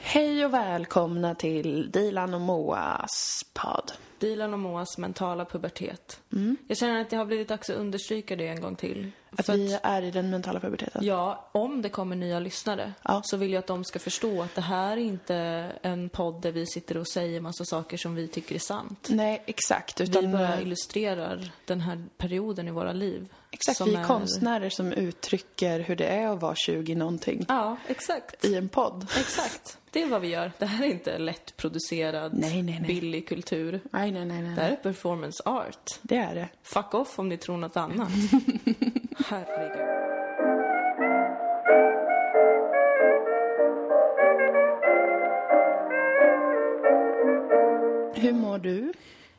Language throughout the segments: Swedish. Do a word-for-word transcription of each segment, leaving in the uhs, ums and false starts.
Hej och välkomna till Dilan och Moas podd. Dilan och Moas mentala pubertet. Mm. Jag känner att det har blivit dags att understryka det en gång till. Att För vi att, är i den mentala puberteten. ja, om det kommer nya lyssnare ja. så vill jag att de ska förstå att det här är inte en podd där vi sitter och säger massa saker som vi tycker är sant. Nej, exakt. Utan vi bara illustrerar den här perioden i våra liv. Exakt, vi är, är konstnärer som uttrycker hur det är att vara tjugo någonting. Ja, exakt. I en podd. Exakt. Det är vad vi gör. Det här är inte lättproducerad, nej, nej, nej. billig kultur. Nej, nej, nej, nej. Det här är performance art. Det är det. Fuck off om ni tror något annat. Herregud. Hur mår du?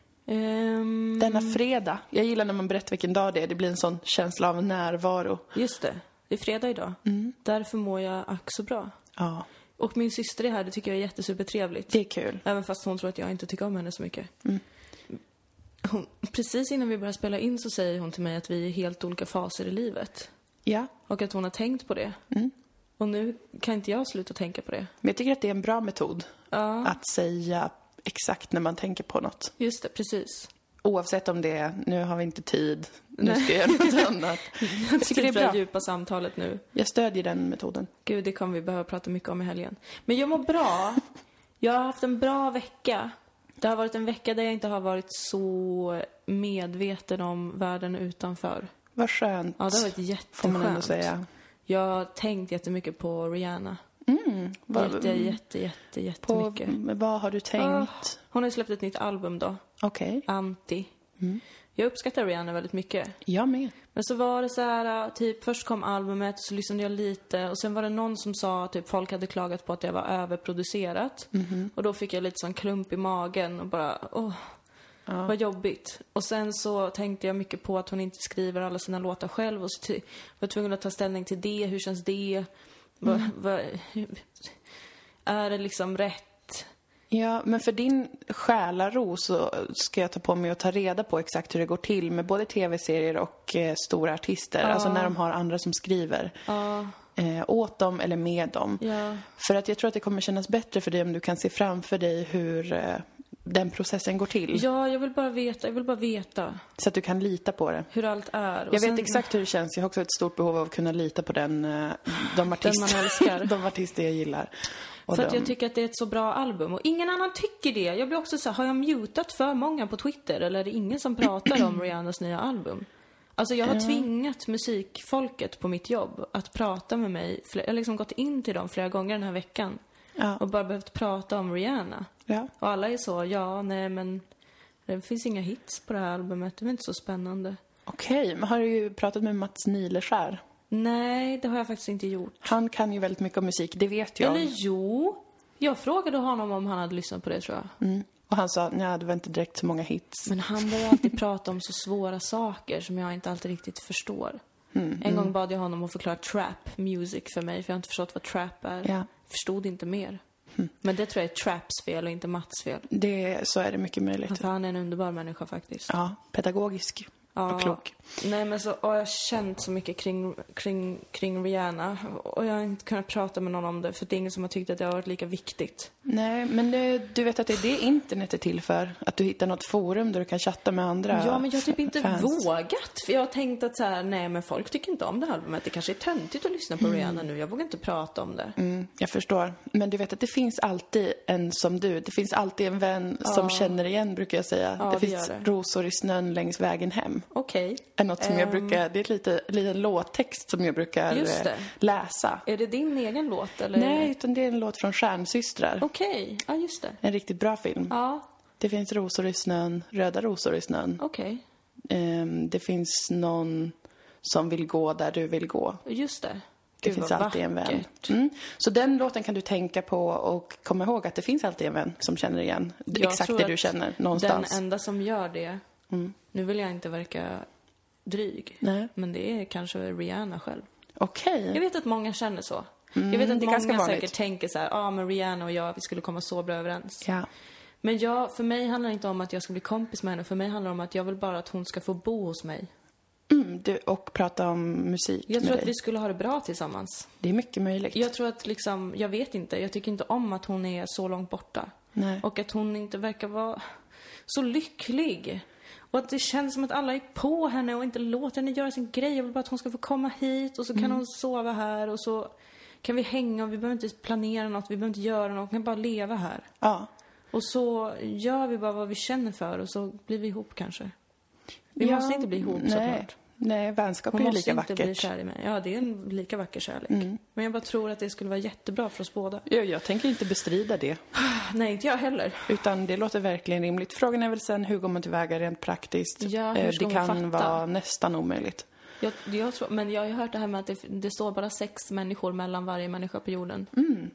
Um, Denna fredag. Jag gillar när man berättar vilken dag det är. Det blir en sån känsla av närvaro. Just det. Det är fredag idag. Mm. Därför mår jag ack så bra. Ja. Och min syster är här. Det tycker jag är jättesupertrevligt. Det är kul. Även fast hon tror att jag inte tycker om henne så mycket. Mm. Hon, precis innan vi börjar spela in så säger hon till mig att vi är helt olika faser i livet. Ja. Och att hon har tänkt på det. Mm. Och nu kan inte jag sluta tänka på det. Men jag tycker att det är en bra metod. Ja. Att säga exakt när man tänker på något. Just det, precis. Oavsett om det är, nu har vi inte tid, nu ska jag göra något annat. Jag tycker det är bra. Djupa samtalet nu. Jag stödjer den metoden. Gud, det kommer vi behöva prata mycket om i helgen. Men jag mår bra. Jag har haft en bra vecka. Det har varit en vecka där jag inte har varit så medveten om världen utanför. Vad skönt. Ja, det har varit jätteskönt. Får man ändå säga. Jag har tänkt jättemycket på Rihanna. Mm, vad, jätte, jätte, jätte, jättemycket. På, vad har du tänkt? Oh, hon har släppt ett nytt album då. Okej. Okay. Anti. Mm. Jag uppskattar Rihanna väldigt mycket. Jag med. Men så var det så här, typ först kom albumet och så lyssnade jag lite. Och sen var det någon som sa, typ folk hade klagat på att det var överproducerat. Mm-hmm. Och då fick jag lite sån klump i magen och bara, åh, ja. Vad jobbigt. Och sen så tänkte jag mycket på att hon inte skriver alla sina låtar själv. Och så t- var tvungen att ta ställning till det, hur känns det? Mm. Va, va, är det liksom rätt? Ja, men för din själaro så ska jag ta på mig att ta reda på exakt hur det går till med både tv-serier och eh, stora artister. Ja. Alltså när de har andra som skriver ja. eh, åt dem eller med dem. Ja. För att jag tror att det kommer kännas bättre för dig om du kan se framför dig hur eh, den processen går till. Ja, jag vill bara veta, jag vill bara veta. Så att du kan lita på det. Hur allt är. Och jag sen... vet exakt hur det känns. Jag har också ett stort behov av att kunna lita på den, de artister, den man älskar. de artister jag gillar. Och för de... att jag tycker att det är ett så bra album. Och ingen annan tycker det. Jag blir också så här, har jag mutat för många på Twitter? Eller är det ingen som pratar om Rihannas nya album? Alltså jag har ja. tvingat musikfolket på mitt jobb att prata med mig. Jag har liksom gått in till dem flera gånger den här veckan. Ja. Och bara behövt prata om Rihanna. Ja. Och alla är så, ja, nej men det finns inga hits på det här albumet. Det är inte så spännande. Okej, okay, men har du ju pratat med Mats Nileskär? Nej, det har jag faktiskt inte gjort. Han kan ju väldigt mycket om musik, det vet jag. Eller jo, jag frågade honom om han hade lyssnat på det, tror jag. Mm. Och han sa, nej, det var inte direkt så många hits. Men han börjar alltid prata om så svåra saker som jag inte alltid riktigt förstår. Mm, en mm. gång bad jag honom att förklara trap music för mig, för jag har inte förstått vad trap är. Ja. Förstod inte mer. Mm. Men det tror jag är Traps fel och inte Mats fel. Det, så är det mycket möjligt. För han är en underbar människa faktiskt. Ja, pedagogisk ja, och klok. Nej, men så, och jag har känt så mycket kring, kring, kring Rihanna. Och jag har inte kunnat prata med någon om det, för det är ingen som har tyckt att det har varit lika viktigt. Nej, men det, du vet att det är det internet är till för. Att du hittar något forum där du kan chatta med andra. Ja, men jag har typ inte fans. vågat. För jag har tänkt att så här, nej men folk tycker inte om det här albumet. Det kanske är töntigt att lyssna på mm. Rihanna nu. Jag vågar inte prata om det. Mm, jag förstår. Men du vet att det finns alltid en som du. Det finns alltid en vän ja. som känner igen, brukar jag säga. Ja, det, det finns det. rosor i snön längs vägen hem. Okej. Okay. Är något som um... jag brukar, det är ett lite, lite låttext som jag brukar läsa. Är det din egen låt? Eller? Nej, utan det är en låt från Stjärnsystrar. Okej, okay. Ja just det. En riktigt bra film. Ja. Det finns rosor i snön, röda rosor i snön. Okej. Okay. Um, det finns någon som vill gå där du vill gå. Just det. Det Gud, finns alltid en vän. Mm. Så den låten kan du tänka på och komma ihåg att det finns alltid en vän som känner igen. Jag exakt det du känner någonstans. Den enda som gör det, mm. nu vill jag inte verka dryg, nej. Men det är kanske Rihanna själv. Okej. Okay. Jag vet att många känner så. Mm, jag vet att det många är säkert tänker så här, ja ah, men Rihanna och jag, vi skulle komma så bra överens. Ja. Men jag, för mig handlar det inte om att jag ska bli kompis med henne. För mig handlar det om att jag vill bara att hon ska få bo hos mig. Mm, du, och prata om musik Jag med tror dig. att vi skulle ha det bra tillsammans. Det är mycket möjligt. Jag tror att liksom, jag vet inte, jag tycker inte om att hon är så långt borta. Nej. Och att hon inte verkar vara så lycklig. Och att det känns som att alla är på henne och inte låter henne göra sin grej. Jag vill bara att hon ska få komma hit och så kan mm. hon sova här och så kan vi hänga och vi behöver inte planera något, vi behöver inte göra något, vi kan bara leva här. Ja. Och så gör vi bara vad vi känner för och så blir vi ihop kanske. Vi ja, måste inte bli ihop nej. såklart. Nej, vänskap hon är ju lika vackert. Hon måste inte bli kär i mig. Ja, det är en lika vacker kärlek. Mm. Men jag bara tror att det skulle vara jättebra för oss båda. Ja, jag tänker inte bestrida det. Nej, inte jag heller. Utan det låter verkligen rimligt. Frågan är väl sen, hur går man tillväga rent praktiskt? Ja, hur ska det kan hon fatta? vara nästan omöjligt. Jag, jag tror, men jag har hört det här med att det, det står bara sex människor mellan varje människa på jorden. Mm.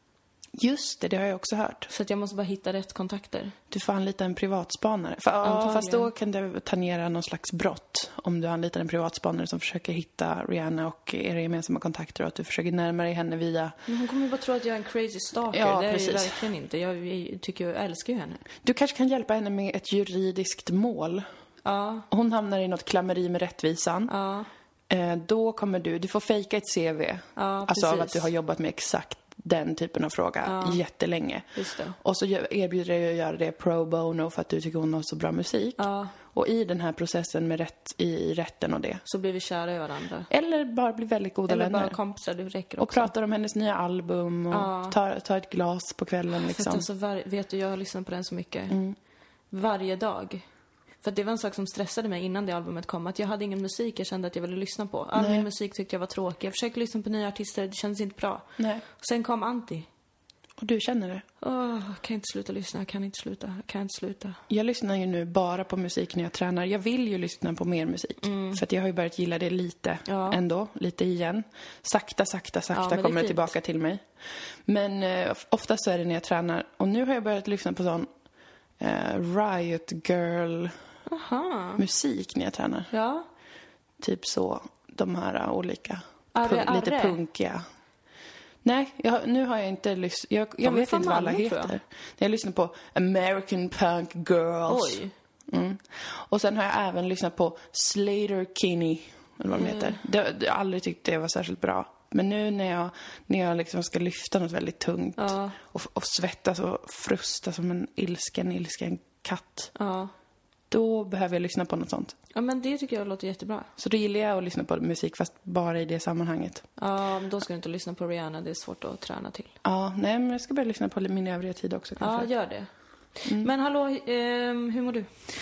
Just det, det har jag också hört. Så att jag måste bara hitta rätt kontakter. Du får anlita en privatspanare. För, ja, fast då kan det tangera någon slags brott. Om du anlitar en privatspanare som försöker hitta Rihanna och era gemensamma kontakter. Och att du försöker närma dig henne via... Men hon kommer ju bara tro att jag är en crazy stalker. Ja, det är precis. ju verkligen inte. Jag, jag tycker jag älskar ju henne. Du kanske kan hjälpa henne med ett juridiskt mål. Ja. Hon hamnar i något klammeri med rättvisan. Ja. Eh, då kommer du... Du får fejka ett C V. Ja, alltså av att du har jobbat med exakt den typen av fråga ja. jättelänge. Just det. Och så erbjuder dig att göra det pro bono för att du tycker hon har så bra musik. Ja. Och i den här processen med rätt, i rätten och det. Så blir vi kära i varandra. Eller bara bli väldigt goda Eller vänner. Eller bara kompisar, det räcker också. Och pratar om hennes nya album och ja. tar, tar ett glas på kvällen liksom. För att alltså, var, vet du, jag har lyssnat på den så mycket. Mm. Varje dag. För att det var en sak som stressade mig innan det albumet kom. Att jag hade ingen musik jag kände att jag ville lyssna på. All Nej. min musik tyckte jag var tråkig. Jag försökte lyssna på nya artister, det kändes inte bra. Nej. Sen kom Anti. Och du känner det? Åh, oh, kan inte sluta lyssna, kan inte sluta, kan inte sluta. Jag lyssnar ju nu bara på musik när jag tränar. Jag vill ju lyssna på mer musik. Mm. För att jag har ju börjat gilla det lite ja. ändå, lite igen. Sakta, sakta, sakta ja, kommer det tillbaka till mig. Men eh, ofta så är det när jag tränar. Och nu har jag börjat lyssna på sån eh, Riot Girl Aha. musik när jag tränar. Ja. Typ så, de här olika, arre, punk, arre. lite punkiga. Nej, jag, nu har jag inte lyssnat. Jag, jag vet inte vad alla Malmö, heter. Jag. jag lyssnar på American Punk Girls. Oj. Mm. Och sen har jag även lyssnat på Slater Kinney, eller vad de heter. Det, det, jag har aldrig tyckt det var särskilt bra. Men nu när jag, när jag liksom ska lyfta något väldigt tungt ja. och, och svettas och frusta som en ilsken, ilsken katt. Ja. Då behöver jag lyssna på något sånt. Ja, men det tycker jag låter jättebra. Så då gillar jag att lyssna på musik, fast bara i det sammanhanget. Ja, då ska du inte lyssna på Rihanna. Det är svårt att träna till. Ja, nej, men jag ska börja lyssna på min övriga tid också kanske. Ja, gör det. Mm. Men hallå, eh, hur mår du?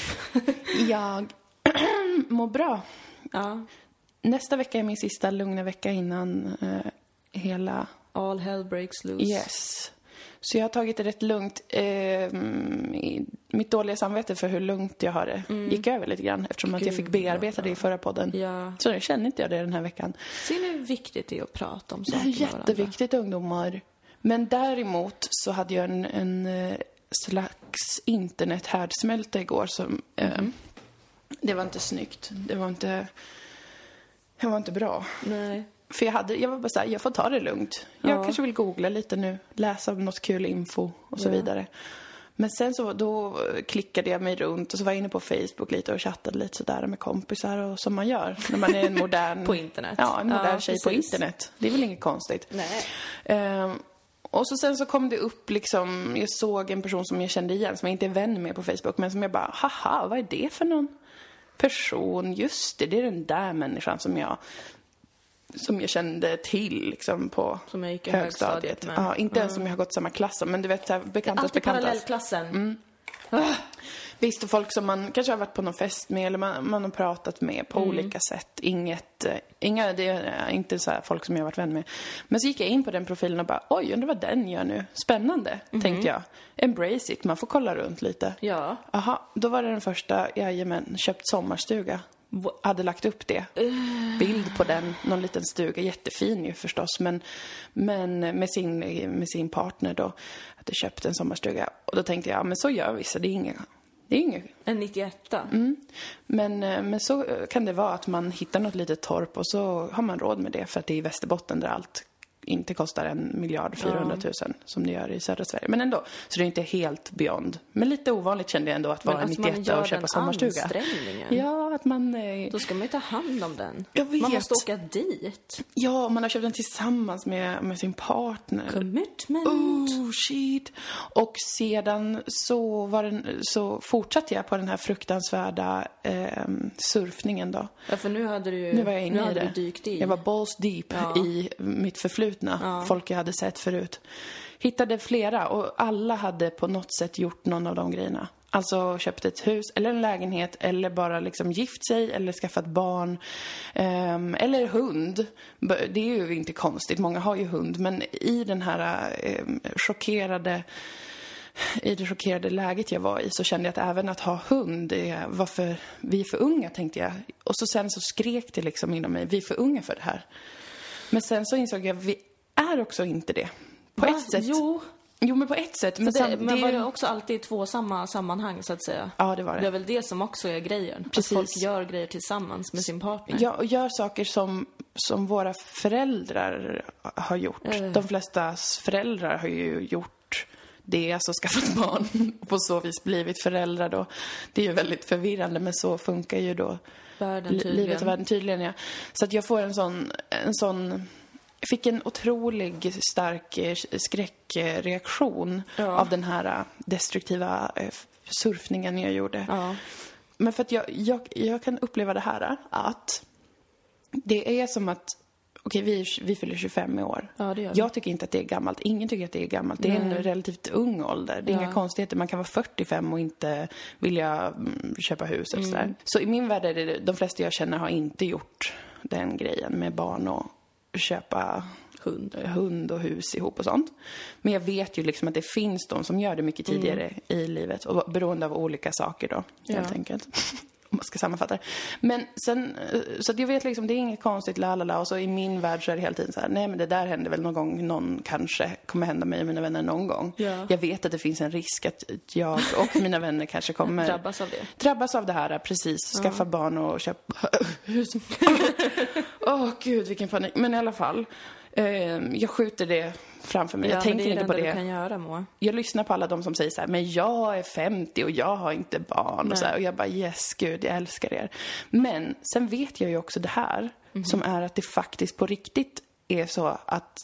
Jag mår bra. Ja. Nästa vecka är min sista lugna vecka innan eh, hela... All hell breaks loose. Yes. Så jag har tagit det rätt lugnt. Eh, mitt dåliga samvete för hur lugnt jag har det mm. gick över lite grann. Eftersom Gud, att jag fick bearbeta det i förra podden. Ja. Så jag känner inte jag det den här veckan. Ser ni hur viktigt det är att prata om saker med varandra? Jätteviktigt, ungdomar. Men däremot så hade jag en, en slags internethärdsmälta igår som... Eh, mm. Det var inte snyggt. Det var inte... Det var inte bra. Nej. För jag, hade, jag var bara så här, jag får ta det lugnt. Jag ja. kanske vill googla lite nu. Läsa något kul info och så ja. vidare. Men sen så då klickade jag mig runt och så var jag inne på Facebook lite och chattade lite sådär med kompisar och som man gör när man är en modern... på internet. Ja, en modern ja, tjej precis. på internet. Det är väl inget konstigt. Nej. Um, och så sen så kom det upp liksom, jag såg en person som jag kände igen som jag inte är vän med på Facebook, men som jag bara, haha, vad är det för någon person? Just det, det är den där människan som jag som jag kände till liksom på som jag gick i högstadiet. Med. Ja, inte ens mm. som jag har gått samma klass som, men du vet, bekantas alltid bekantas. parallellklassen. Mm. Ah. Visst, och folk som man kanske har varit på någon fest med eller man, man har pratat med på mm. olika sätt. Inget, inga, det är inte så här folk som jag har varit vän med. Men så gick jag in på den profilen och bara, oj, undrar vad den gör nu. Spännande, mm. tänkte jag. Embrace it, man får kolla runt lite. Ja. Aha, då var det den första, jajamän, köpt sommarstuga. Hade lagt upp det. Bild på den, någon liten stuga, jättefin ju förstås, men, men med, sin, med sin partner då hade köpt en sommarstuga. Och då tänkte jag, ja men så gör vissa, det är inget. Det är inget. En nittioetta. Mm. Men, men så kan det vara att man hittar något litet torp och så har man råd med det för att det är i Västerbotten där allt inte kostar en miljard fyrahundratusen ja. som det gör i södra Sverige. Men ändå, så det är inte helt beyond. Men lite ovanligt kände jag ändå att vara nittioett och köpa sommarstuga. Ja, att man... Eh... Då ska man ju ta hand om den. Jag vet. Man måste åka dit. Ja, man har köpt den tillsammans med, med sin partner. Commitment. Oh, shit. Och sedan så, var den, så fortsatte jag på den här fruktansvärda eh, surfningen då. Ja, för nu hade du ju nu var jag inne nu i det. Du dykt i. Jag var balls deep ja. i mitt förflutna. Ja. Folk jag hade sett förut. Hittade flera och alla hade på något sätt gjort någon av de grejerna. Alltså köpt ett hus eller en lägenhet eller bara liksom gift sig eller skaffat barn um, eller hund. Det är ju inte konstigt, många har ju hund, men i den här um, chockerade i det chockerade läget jag var i så kände jag att även att ha hund är, varför vi är för unga, tänkte jag. Och så sen så skrek det liksom inom mig, vi är för unga för det här. Men sen så insåg jag att vi är också inte det. På Va? ett sätt. Jo. Jo, men på ett sätt. Men, det, sam, men det var ju... det också alltid i två samma sammanhang, så att säga? Ja, det var det. Det är väl det som också är grejen. Precis. Att folk gör grejer tillsammans med sin partner. Ja, och gör saker som, som våra föräldrar har gjort. Uh. De flesta föräldrar har ju gjort det, alltså skaffat barn och på så vis blivit föräldrar då. Det är ju väldigt förvirrande, men så funkar ju då världen livet och världen tydligen, ja. Så att jag får en sån... En sån Jag fick en otrolig stark skräckreaktion ja. av den här destruktiva surfningen jag gjorde. Ja. Men för att jag, jag, jag kan uppleva det här att det är som att okej, vi, vi fyller tjugofem i år. Ja, det gör jag tycker inte att det är gammalt. Ingen tycker att det är gammalt. Det är Nej. en relativt ung ålder. Det är ja. inga konstigheter. Man kan vara fyrtiofem och inte vilja mm, köpa hus eller mm. sådär. Så i min värld är det, de flesta jag känner har inte gjort den grejen med barn och köpa hund. hund och hus ihop och sånt. Men jag vet ju liksom att det finns de som gör det mycket tidigare mm. i livet. Och beroende av olika saker då, ja. helt enkelt. Om man ska sammanfatta det. Men sen, så att jag vet liksom, det är inget konstigt, lalala. Och så i min värld så är det hela tiden så här, nej men det där händer väl någon gång, någon kanske kommer hända mig och mina vänner någon gång. Ja. Jag vet att det finns en risk att jag och mina vänner kanske kommer drabbas av det. Drabbas av det här, precis. Skaffa ja. barn och köpa hus. Åh oh, gud, vilken panik. Men i alla fall, eh, jag skjuter det framför mig. Ja, jag tänker det inte på det. Du kan göra, Moa. Jag lyssnar på alla de som säger så här, men jag är femtio och jag har inte barn. Och, så här, och jag bara, yes, gud, jag älskar er. Men sen vet jag ju också det här, mm. som är att det faktiskt på riktigt är så att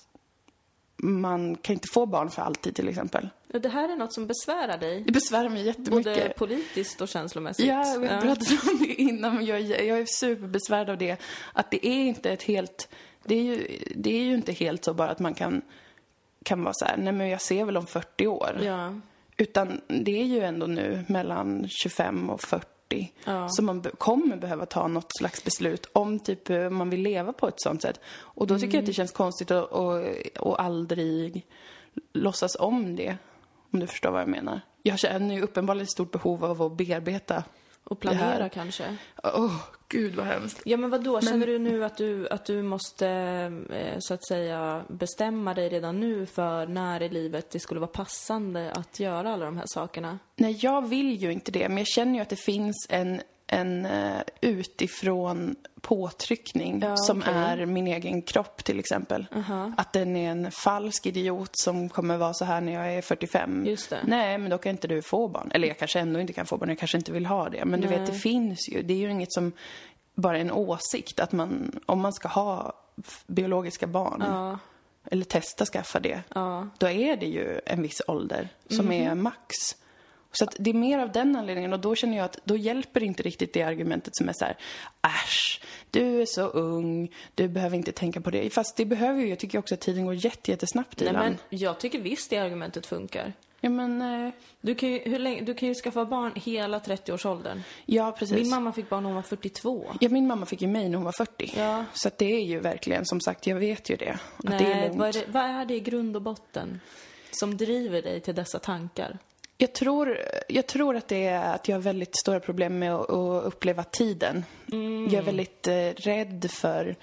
man kan inte få barn för alltid, till exempel. Det här är något som besvärar dig. Det besvärar mig jättemycket. Både politiskt och känslomässigt. Ja, vi ja. pratade om det innan, men jag, jag är superbesvärd av det. Att det är inte ett helt... Det är ju, det är ju inte helt så bara att man kan, kan vara så här, nej men jag ser väl om fyrtio år. Ja. Utan det är ju ändå nu mellan tjugofem och fyrtio. Ja. Så man be- kommer behöva ta något slags beslut om typ man vill leva på ett sånt sätt. Och då tycker mm. jag att det känns konstigt att och, och aldrig låtsas om det. Om du förstår vad jag menar. Jag känner ju uppenbarligen ett stort behov av att bearbeta. Och planera kanske. Åh, oh, gud vad hemskt. Ja, men vad då? Känner men... du nu att du, att du måste, eh, så att säga, bestämma dig redan nu för när i livet det skulle vara passande att göra alla de här sakerna? Nej, jag vill ju inte det. Men jag känner ju att det finns en, en uh, utifrån påtryckning ja, som okay. är min egen kropp, till exempel. Uh-huh. Att den är en falsk idiot som kommer vara så här när jag är fyrtiofem. Just det. Nej, men då kan inte du få barn. Eller jag kanske ändå inte kan få barn. Jag kanske inte vill ha det. Men Nej. du vet, det finns ju. Det är ju inget som bara är en åsikt. Att man, om man ska ha biologiska barn. Ja. Eller testa skaffa det. Ja. Då är det ju en viss ålder som mm-hmm. är max. Så att det är mer av den anledningen. Och då känner jag att då hjälper inte riktigt det argumentet som är så här: äsch, du är så ung, du behöver inte tänka på det. Fast det behöver ju, jag tycker också att tiden går jätte, jättesnabbt. Nej, men jag tycker visst det argumentet funkar. Ja, men... Eh... Du, kan ju, hur länge, du kan ju skaffa barn hela trettio-årsåldern. Ja, precis. Min mamma fick barn när hon var fyrtiotvå. Ja, min mamma fick ju mig när hon var fyrtio. Ja. Så att det är ju verkligen, som sagt, jag vet ju det. Att Nej, det är lugnt. Vad är det, vad är det i grund och botten som driver dig till dessa tankar? Jag tror, jag tror att det är att jag har väldigt stora problem med att, att uppleva tiden. Mm. Jag är väldigt eh, rädd för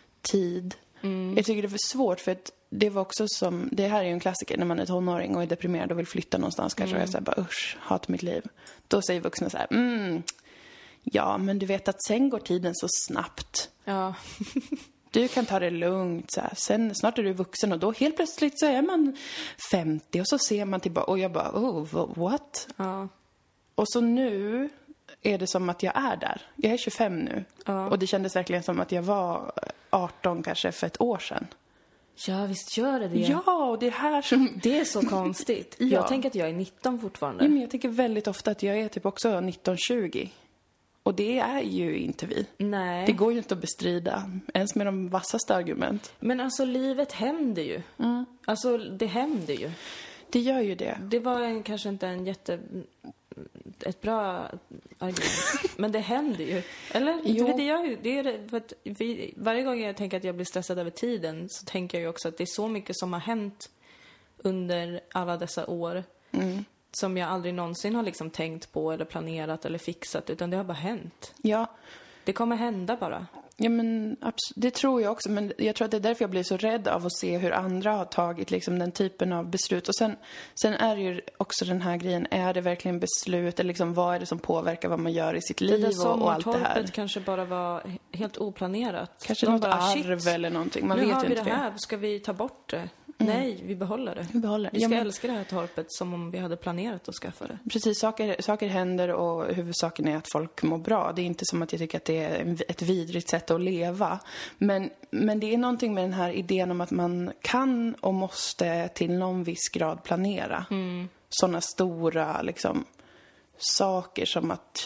tid. Mm. Jag tycker det är för svårt, för att det var också som, det här är ju en klassiker när man är tonåring och är deprimerad och vill flytta någonstans kanske. Mm. Och jag säger bara, usch, hat mitt liv. Då säger vuxna så här, mm, ja, men du vet att sen går tiden så snabbt. Ja. Du kan ta det lugnt så här. Sen snart är du vuxen och då helt plötsligt så är man femtio och så ser man tillbaka och jag bara, oh, what? Ja. Och så nu är det som att jag är där. Jag är tjugofem nu. Ja. Och det kändes verkligen som att jag var arton kanske för ett år sedan. Ja, visst gör det det. Ja, och det är här som... Det är så konstigt. Ja. Jag tänker att jag är nitton fortfarande. Ja, men jag tänker väldigt ofta att jag är typ också nitton tjugo. Och det är ju inte vi. Nej. Det går ju inte att bestrida. Ens med de vassaste argument. Men alltså, livet händer ju. Mm. Alltså, det händer ju. Det gör ju det. Det var en, kanske inte en jätte... ett bra argument. Men det händer ju. Eller? Jo. Det, det gör ju. Det är det, för att vi, varje gång jag tänker att jag blir stressad över tiden så tänker jag ju också att det är så mycket som har hänt under alla dessa år. Mm. Som jag aldrig någonsin har liksom tänkt på eller planerat eller fixat. Utan det har bara hänt. Ja. Det kommer hända bara. Ja, men abs- det tror jag också. Men jag tror att det är därför jag blir så rädd av att se hur andra har tagit liksom, den typen av beslut. Och sen, sen är det ju också den här grejen. Är det verkligen beslut? Eller liksom, vad är det som påverkar vad man gör i sitt liv det och, och allt det här? sommartorpet kanske bara var helt oplanerat. Kanske De något bara, arv shit, eller någonting. Man nu vet har ju vi inte det här. Ska vi ta bort det? Mm. Nej, vi behåller det. Vi behåller. Vi ska Ja, men... älska det här torpet som om vi hade planerat att skaffa det. Precis, saker, saker händer och huvudsaken är att folk mår bra. Det är inte som att jag tycker att det är ett vidrigt sätt att leva. Men, men det är någonting med den här idén om att man kan och måste till någon viss grad planera. Mm. Sådana stora liksom, saker som att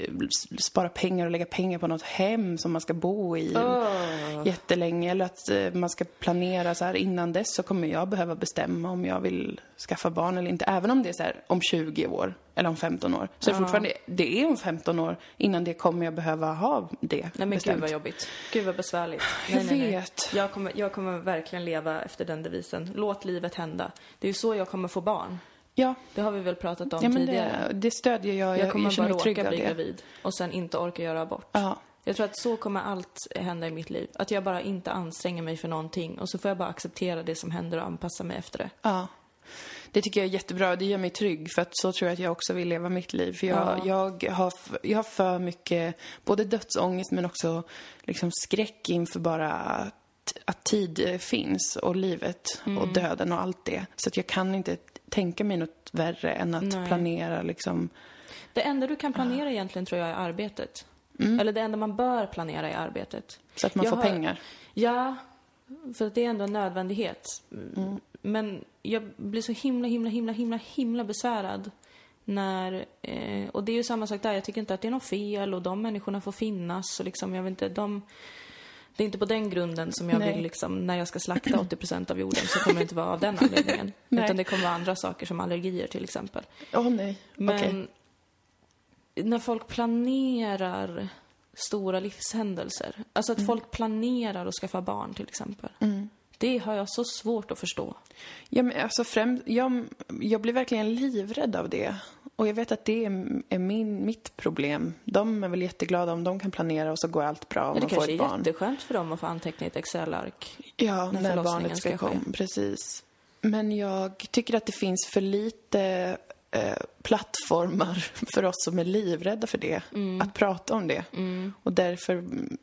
spara pengar och lägga pengar på något hem som man ska bo i oh. jättelänge. Eller att man ska planera så här innan dess så kommer jag behöva bestämma om jag vill skaffa barn eller inte. Även om det är så här om tjugo år eller om femton år. Så oh. det, fortfarande, det är om femton år innan det kommer jag behöva ha det Nej men bestämt. Gud vad jobbigt. Gud vad besvärligt. Jag nej, nej, vet. Nej. Jag, kommer, jag kommer verkligen leva efter den devisen. Låt livet hända. Det är ju så jag kommer få barn. Ja. Det har vi väl pratat om ja, men tidigare. Det, det stödjer jag. Jag kommer jag bara råka bli det. gravid och sen inte orka göra abort. Ja. Jag tror att så kommer allt hända i mitt liv. Att jag bara inte anstränger mig för någonting. Och så får jag bara acceptera det som händer och anpassa mig efter det. Ja. Det tycker jag är jättebra. Det gör mig trygg. För att så tror jag att jag också vill leva mitt liv. För jag, ja. jag, har, jag har för mycket både dödsångest men också liksom skräck inför bara att, att tid finns. Och livet mm. och döden och allt det. Så att jag kan inte tänka mig något värre än att Nej. planera liksom. Det enda du kan planera egentligen tror jag är arbetet. Mm. Eller det enda man bör planera är arbetet. Så att man jag får har, pengar. Ja, för det är ändå en nödvändighet. Mm. Men jag blir så himla, himla, himla, himla, himla besvärad när, eh, och det är ju samma sak där. Jag tycker inte att det är något fel och de människorna får finnas och liksom, jag vet inte, de... Det är inte på den grunden som jag Nej. vill liksom, när jag ska slakta åttio procent av jorden så kommer det inte vara av den anledningen. Utan det kommer vara andra saker som allergier till exempel. Åh oh, nej, Men okay. när folk planerar stora livshändelser, alltså att mm. folk planerar att skaffa barn till exempel. Mm. Det har jag så svårt att förstå. Ja, men alltså främst, jag, jag blir verkligen livrädd av det. Och jag vet att det är, är min, mitt problem. De är väl jätteglada om de kan planera och så går allt bra om ja, man får ett barn. Det kanske är jätteskönt för dem att få anteckna i ett Excel-ark. Ja, när, när barnet ska, ska komma. Precis. Men jag tycker att det finns för lite eh, plattformar för oss som är livrädda för det. Mm. Att prata om det. Mm. Och därför...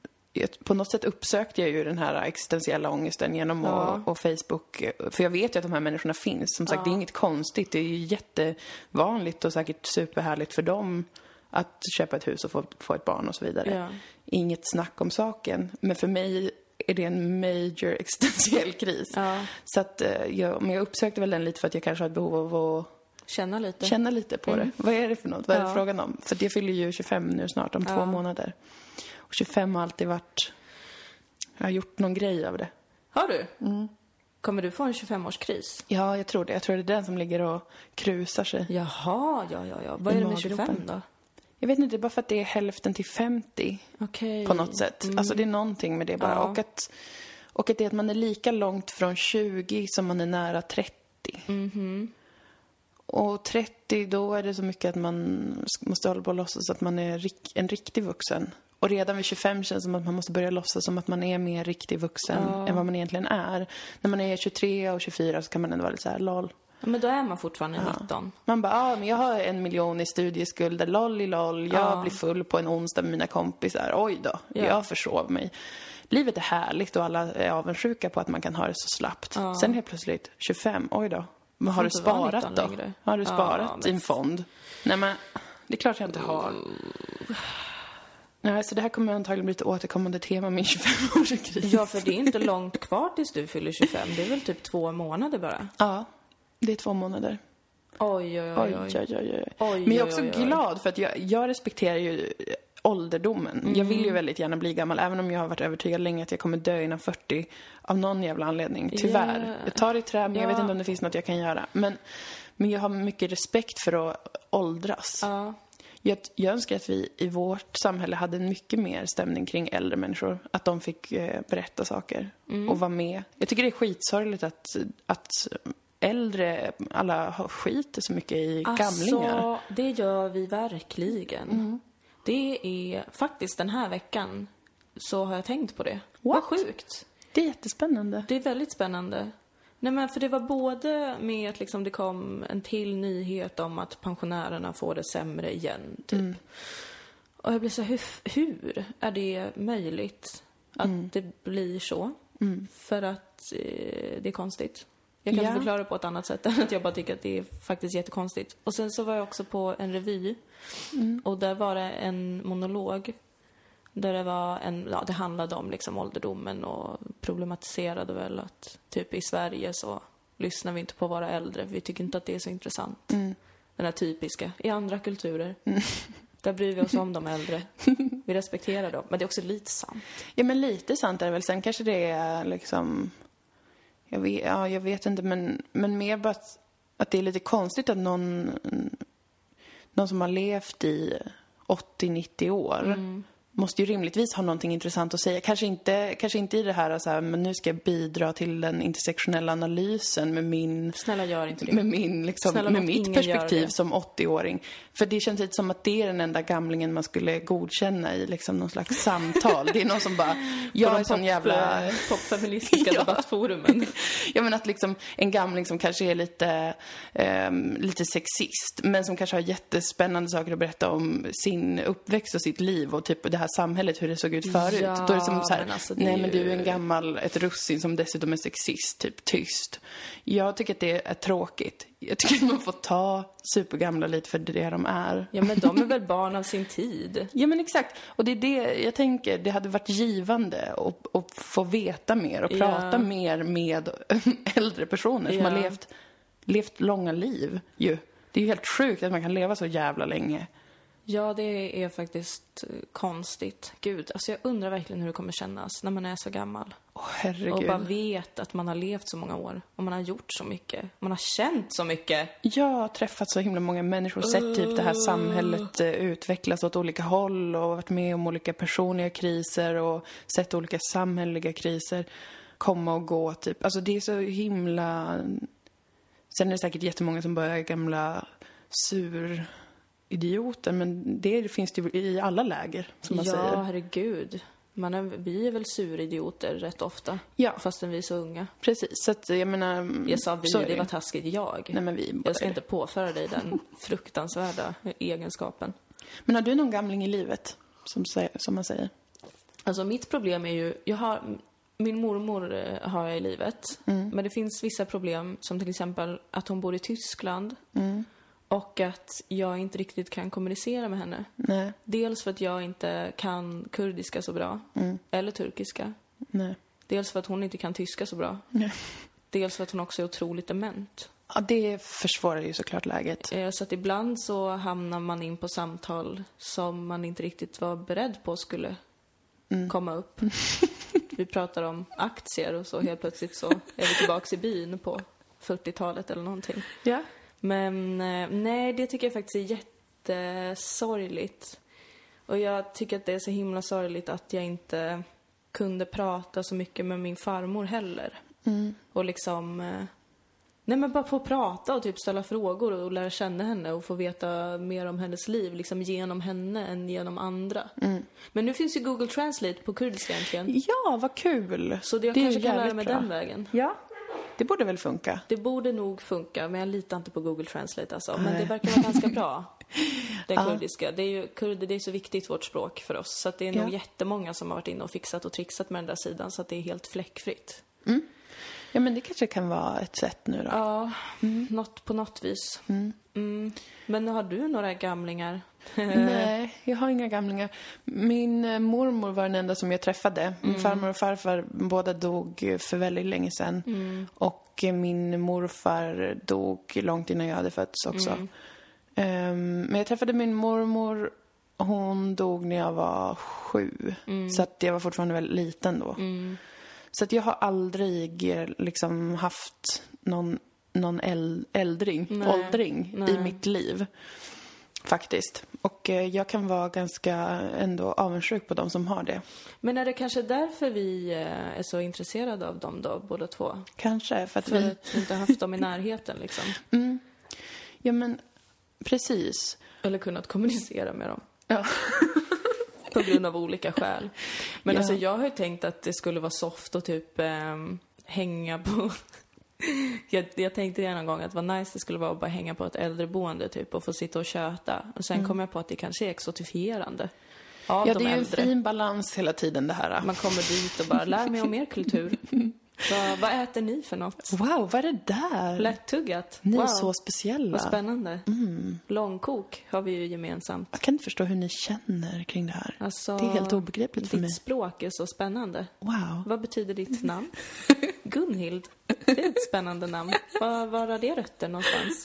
På något sätt uppsökte jag ju den här existentiella ångesten genom ja. och, och Facebook. För jag vet ju att de här människorna finns. Som sagt, ja. det är inget konstigt. Det är ju jättevanligt och säkert superhärligt för dem att köpa ett hus och få, få ett barn och så vidare. Ja. Inget snack om saken. Men för mig är det en major existentiell kris. Ja. Så att jag, men jag uppsökte väl den lite för att jag kanske har ett behov av att känna lite, känna lite på mm. det. Vad är det för något? Vad är det ja. frågan om? För det fyller ju tjugofem nu snart, om ja. två månader. tjugofem har alltid varit... Jag har gjort någon grej av det. Har du? Mm. Kommer du få en tjugofem-årskris? Ja, jag tror det. Jag tror det är den som ligger och krusar sig. Jaha, ja, ja, ja. Vad är det med tjugofem då? Jag vet inte, det är bara för att det är hälften till femtio. Okej. På något sätt. Mm. Alltså det är någonting med det bara. Ja. Och, att, och att det är att man är lika långt från tjugo som man är nära trettio. Mm-hmm. Och trettio, då är det så mycket att man måste hålla på och låtsas att man är rik- en riktig vuxen. Och redan vid tjugofem känns det som att man måste börja låtsas som att man är mer riktig vuxen ja. än vad man egentligen är. När man är tjugotre och tjugofyra så kan man ändå vara lite så här, lol. Ja, men då är man fortfarande ja. nitton. Man bara, ja, men jag har en miljon i studieskulder, lol i lol. Jag ja. blir full på en onsdag med mina kompisar. Oj då, ja. jag försov mig. livet är härligt och alla är avundsjuka på att man kan ha det så slappt. Ja. Sen helt plötsligt, tjugofem, oj då. Men har du sparat då? Längre. Har du sparat ja, men... i en fond? Nej, men det är klart jag inte har. Nej, så det här kommer antagligen bli ett återkommande tema min tjugofem-årskris. Ja, för det är inte långt kvar tills du fyller tjugofem. Det är väl typ två månader bara? Ja, det är två månader. Oj, oj, oj. oj, oj, oj. oj Men jag är också oj, oj, oj. glad för att jag, jag respekterar ju ålderdomen. Mm. Jag vill ju väldigt gärna bli gammal, även om jag har varit övertygad länge att jag kommer dö innan fyrtio av någon jävla anledning. Tyvärr. Yeah. Jag tar i trä, men ja. jag vet inte om det finns något jag kan göra. Men, men jag har mycket respekt för att åldras. Ja. Jag, jag önskar att vi i vårt samhälle hade en mycket mer stämning kring äldre människor. Att de fick eh, berätta saker mm. och vara med. Jag tycker det är skitsorgligt att, att äldre, alla har skit så mycket i alltså, gamlingar. Alltså, det gör vi verkligen. Mm. Det är faktiskt den här veckan så har jag tänkt på det. What? Vad sjukt. Det är jättespännande. Det är väldigt spännande. Nej, men för det var både med att liksom det kom en till nyhet om att pensionärerna får det sämre igen, typ. Mm. Och jag blev så, hur, hur är det möjligt att mm. det blir så? Mm. För att eh, det är konstigt. Jag kan ja. inte förklara på ett annat sätt än att jag bara tycker att det är faktiskt jättekonstigt. Och sen så var jag också på en revy. Mm. Och där var det en monolog. Där det var en, ja, det handlade om liksom ålderdomen och problematiserade väl att typ i Sverige så lyssnar vi inte på våra äldre. Vi tycker inte att det är så intressant. Mm. Den här typiska. I andra kulturer. Mm. Där bryr vi oss om de äldre. Vi respekterar dem. Men det är också lite sant. Ja, men lite sant är det väl. Sen kanske det är liksom... Jag vet, ja, jag vet inte, men, men mer bara att, att det är lite konstigt att någon, någon som har levt i åttio nittio år mm. måste ju rimligtvis ha någonting intressant att säga. Kanske inte, kanske inte i det här, så här, men nu ska jag bidra till den intersektionella analysen med min... Snälla, gör inte det. Med, min, liksom, med mitt perspektiv som åttio-åring. För det känns lite som att det är den enda gamlingen man skulle godkänna i liksom någon slags samtal. Det är någon som bara... Jag är sån jävla... Popfeministiska ja. debattforumen. Jag menar att liksom en gamling som kanske är lite, um, lite sexist, men som kanske har jättespännande saker att berätta om sin uppväxt och sitt liv och typ det här samhället, hur det såg ut förut. Ja, då är det som så här, men alltså, nej ju... men du är en gammal, ett russin som dessutom är sexist, typ tyst. Jag tycker att det är tråkigt. Jag tycker att man får ta supergamla lite för det de är. Ja, men de är väl barn av sin tid. Ja, men exakt. Och det är det jag tänker, det hade varit givande att, att få veta mer och ja. prata mer med äldre personer som ja. har levt, levt långa liv. Ju. Det är ju helt sjukt att man kan leva så jävla länge. Ja, det är faktiskt konstigt. Gud, alltså jag undrar verkligen hur det kommer kännas när man är så gammal. Åh, herregud. Och bara vet att man har levt så många år. Och man har gjort så mycket. Man har känt så mycket. Jag har träffat så himla många människor. Sett typ det här samhället utvecklas åt olika håll. Och varit med om olika personliga kriser. Och sett olika samhälleliga kriser komma och gå typ. Alltså det är så himla... Sen är det säkert jättemånga som bara är gamla sur... idioter, men det finns det ju i alla läger, som man ja, säger. Ja, herregud. Man är, vi är väl suridioter rätt ofta. Ja. Fastän vi är så unga. Precis, så att jag menar... Jag sa vi, sorry. Det var taskigt jag. Nej, men vi bara... Jag ska inte påföra dig den fruktansvärda egenskapen. Men har du någon gamling i livet, som, som man säger? Alltså mitt problem är ju, jag har... Min mormor har jag i livet. Mm. Men det finns vissa problem, som till exempel att hon bor i Tyskland. Mm. Och att jag inte riktigt kan kommunicera med henne. Nej. Dels för att jag inte kan kurdiska så bra. Mm. Eller turkiska. Nej. Dels för att hon inte kan tyska så bra. Nej. Dels för att hon också är otroligt dement. Ja, det försvårar ju såklart läget. Så att ibland så hamnar man in på samtal som man inte riktigt var beredd på skulle mm. komma upp. Vi pratar om aktier och så helt plötsligt så är vi tillbaka i byn på fyrtiotalet eller någonting. Ja. Men nej, det tycker jag faktiskt är jättesorgligt. Och jag tycker att det är så himla sorgligt att jag inte kunde prata så mycket med min farmor heller. Mm. Och liksom... Nej, men bara få prata och typ ställa frågor och lära känna henne och få veta mer om hennes liv. Liksom genom henne än genom andra. Mm. Men nu finns ju Google Translate på kurdiska egentligen. Ja, vad kul! Så det jag det kanske kan lära mig bra. den vägen. Ja. Det borde väl funka? Det borde nog funka, men jag litar inte på Google Translate alltså. Men det verkar vara ganska bra. Den ja. kurdiska. Det är ju, kurd, det är så viktigt vårt språk för oss. Så att det är nog ja. jättemånga som har varit inne och fixat och trixat med den där sidan. Så att det är helt fläckfritt. Mm. Ja, men det kanske kan vara ett sätt nu då. Ja, mm. något på något vis. Mm. Mm. Men har du några gamlingar? Nej, jag har inga gamlingar. Min mormor var den enda som jag träffade. Min mm. farmor och farfar båda dog för väldigt länge sedan. Mm. Och min morfar dog långt innan jag hade fötts också. Mm. Um, men jag träffade min mormor. Hon dog när jag var sju. Mm. Så att jag var fortfarande väldigt liten då. Mm. Så att jag har aldrig liksom haft någon, någon äldring, Nej. åldring Nej. i mitt liv. Faktiskt. Och eh, jag kan vara ganska ändå avundsjuk på de som har det. Men är det kanske därför vi eh, är så intresserade av dem då, båda två? Kanske, för att för vi... att inte haft dem i närheten liksom. Mm. Ja, men precis. Eller kunnat kommunicera med dem. Ja. På grund av olika skäl. Men ja. alltså jag har ju tänkt att det skulle vara soft och typ eh, hänga på... jag, jag tänkte redan en gång att vad nice det skulle vara att bara hänga på ett äldreboende typ och få sitta och köta. Och sen mm. kom jag på att det kanske är exotifierande. Av ja, de det är ju äldre. En fin balans hela tiden det här. Man kommer dit och bara lär mig om mer kultur. Så, vad äter ni för något? Wow, vad är det där? Lättuggat. Ni wow. är så speciella. Vad spännande. Mm. Långkok har vi ju gemensamt. Jag kan inte förstå hur ni känner kring det här. Alltså, det är helt obegripligt för mig. Ditt språk är så spännande. Wow. Vad betyder ditt namn? Gunhild. Det är ett spännande namn. Var, var har det rötter någonstans?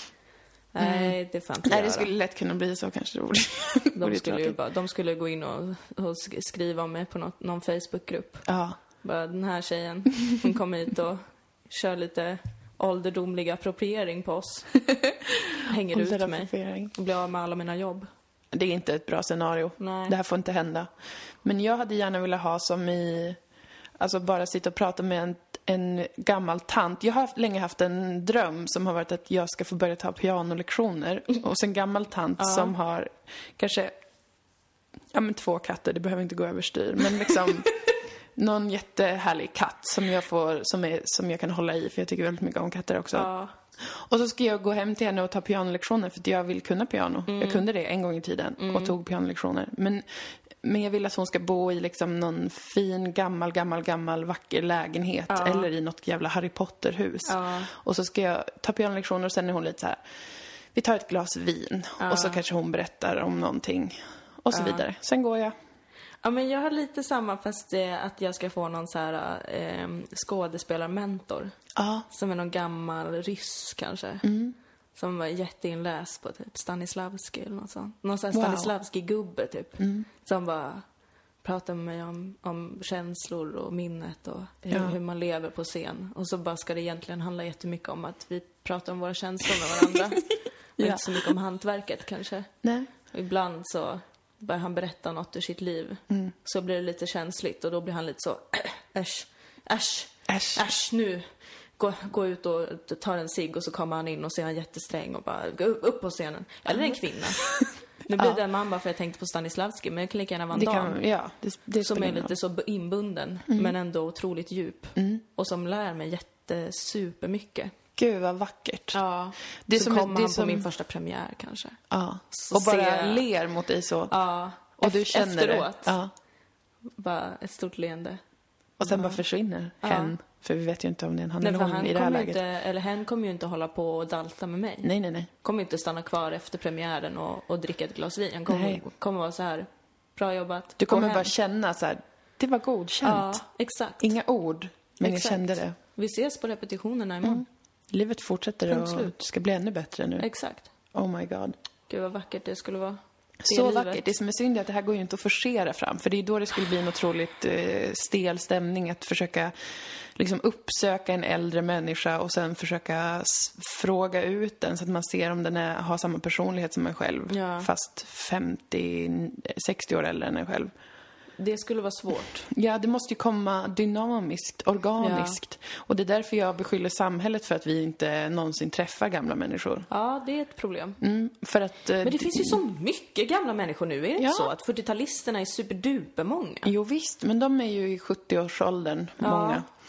Mm. Nej, det får inte Nej, göra. det skulle lätt kunna bli så kanske. de, skulle ju bara, de skulle gå in och, och skriva om mig på något, någon Facebookgrupp. Ja. Bara, den här tjejen, hon kom hit och kör lite ålderdomlig appropriering på oss. Hänger ut mig och blir av med alla mina jobb. Det är inte ett bra scenario. Nej. Det här får inte hända. Men jag hade gärna velat ha som i... Alltså bara sitta och prata med en, en gammal tant. Jag har haft, länge haft en dröm som har varit att jag ska få börja ta pianolektioner. Och sen gammal tant ja. som har kanske... Ja, men två katter. Det behöver inte gå överstyr. Men liksom... Någon jättehärlig katt som jag får som, är, som jag kan hålla i, för jag tycker väldigt mycket om katter också. Ja. Och så ska jag gå hem till henne och ta pianolektioner för att jag vill kunna piano. Mm. Jag kunde det en gång i tiden mm. och tog pianolektioner. Men, men jag vill att hon ska bo i liksom någon fin, gammal, gammal, gammal, vacker lägenhet. Ja. Eller i något jävla Harry Potter-hus. Ja. Och så ska jag ta pianolektioner och sen är hon lite så här... Vi tar ett glas vin. Ja. Och så kanske hon berättar om någonting. Och så ja. vidare. Sen går jag. Ja, men jag har lite samma, fast det att jag ska få någon så här eh, skådespelarmentor. Ja. Som är någon gammal ryss kanske. Mm. Som var jätteinläst på typ Stanislavski eller något sånt. Någon sån här wow. Stanislavski-gubbe typ. Mm. Som bara pratar med mig om, om känslor och minnet och hur, ja. hur man lever på scen. Och så bara ska det egentligen handla jättemycket om att vi pratar om våra känslor med varandra. ja. Inte så mycket om hantverket kanske. Nej. Och ibland så... börjar han berätta något ur sitt liv mm. så blir det lite känsligt och då blir han lite så äsch, äsch, äsch, äsch nu gå, gå ut och ta en cigg och så kommer han in och så är han jättesträng och bara gå upp på scenen. Eller en kvinna. Nu blir ja. det en man bara för jag tänkte på Stanislavski, men det kan lika gärna vara en dam. Ja, det, det som är lite så inbunden mm. men ändå otroligt djup mm. och som lär mig jättesupermycket. Gud, vad vackert. Ja, det så som kommer är, han som... på min första premiär kanske. Ja, så och bara ser... ler mot dig så. Ja, och du känner efteråt. Det. Ja. Bara ett stort leende. Och sen ja. bara försvinner ja. hen. För vi vet ju inte om det är en han nej, eller hon han i det här läget. Inte, eller hen kommer ju inte hålla på och dalta med mig. Nej, nej, nej. Kommer inte stanna kvar efter premiären och, och dricka ett glas vin. Han kommer, kommer vara så här, bra jobbat. Du kommer bara känna så här, det var godkänt. Ja, exakt. Inga ord, men exakt. jag kände det. Vi ses på repetitionerna imorgon. Mm. Livet fortsätter och det ska bli ännu bättre nu. Exakt. Oh my god. Gud vad vackert det skulle vara. Det så vackert. Det som är synd är att det här går ju inte att forcera fram. För det är då det skulle bli en otroligt eh, stel stämning att försöka liksom uppsöka en äldre människa och sen försöka s- fråga ut den så att man ser om den är, har samma personlighet som en själv. Ja. Fast femtio sextio år äldre än en själv. Det skulle vara svårt. Ja, det måste ju komma dynamiskt, organiskt. Ja. Och det är därför jag beskyller samhället för att vi inte någonsin träffar gamla människor. Ja, det är ett problem. Mm, för att, Men det d- finns ju så mycket gamla människor nu, är det ja. inte så? Att fyrtiotalisterna är superduper många. Jo visst, men de är ju i sjuttio-årsåldern, ja. många.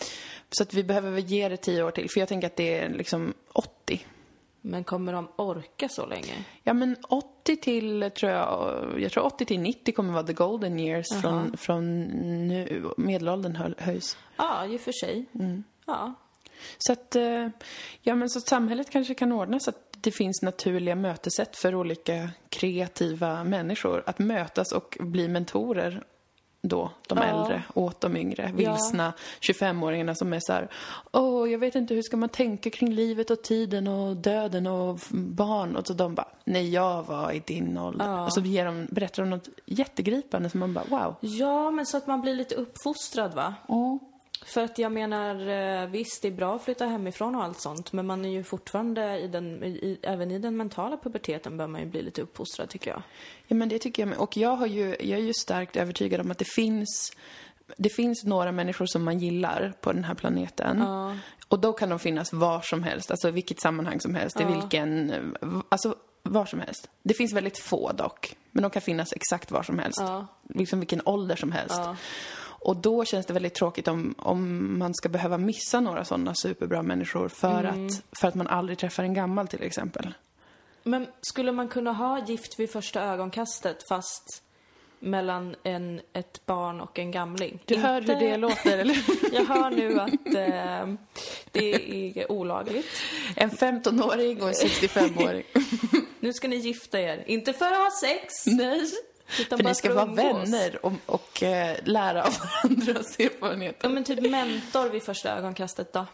Så att vi behöver väl ge det tio år till. För jag tänker att det är liksom åttio. Men kommer de orka så länge? Ja, men åttio till, tror jag, jag tror åttio till nittio kommer vara the golden years. Uh-huh. från, från nu, medelåldern hö, höjs. Ja, i och för sig. Mm. Ja. Så att, ja men så att samhället kanske kan ordna så att det finns naturliga mötesätt för olika kreativa människor. Att mötas och bli mentorer då, de ja. äldre, åt de yngre, vilsna ja. tjugofemåringarna som är så här: åh, jag vet inte, hur ska man tänka kring livet och tiden och döden och barn? Och så de bara, nej, jag var i din ålder. Ja. Och så ger de, berättar de något jättegripande som man bara, wow. Ja, men så att man blir lite uppfostrad, va? Mm. För att jag menar, visst, det är bra att flytta hemifrån och allt sånt, men man är ju fortfarande i den, i, även i den mentala puberteten bör man ju bli lite uppfostrad, tycker jag. Ja, men det tycker jag med. Och jag, har ju, jag är ju starkt övertygad om att det finns, det finns några människor som man gillar på den här planeten. Ja. Och då kan de finnas var som helst, alltså vilket sammanhang som helst, ja. i vilken, alltså var som helst. Det finns väldigt få dock, men de kan finnas exakt var som helst. Ja. Liksom vilken ålder som helst. Ja. Och då känns det väldigt tråkigt om, om man ska behöva missa några sådana superbra människor för, mm. att, för att man aldrig träffar en gammal till exempel. Men skulle man kunna ha gift vid första ögonkastet fast mellan en, ett barn och en gamling? Du Inte... hör hur det låter, eller? Jag hör nu att eh, det är olagligt. En femtonåring och en sextiofemåring. Nu ska ni gifta er. Inte för att ha sex. Nej. För ni ska vara vänner och, och äh, lära av varandras erfarenheter. Ja, men typ mentor vid första ögonkastet då.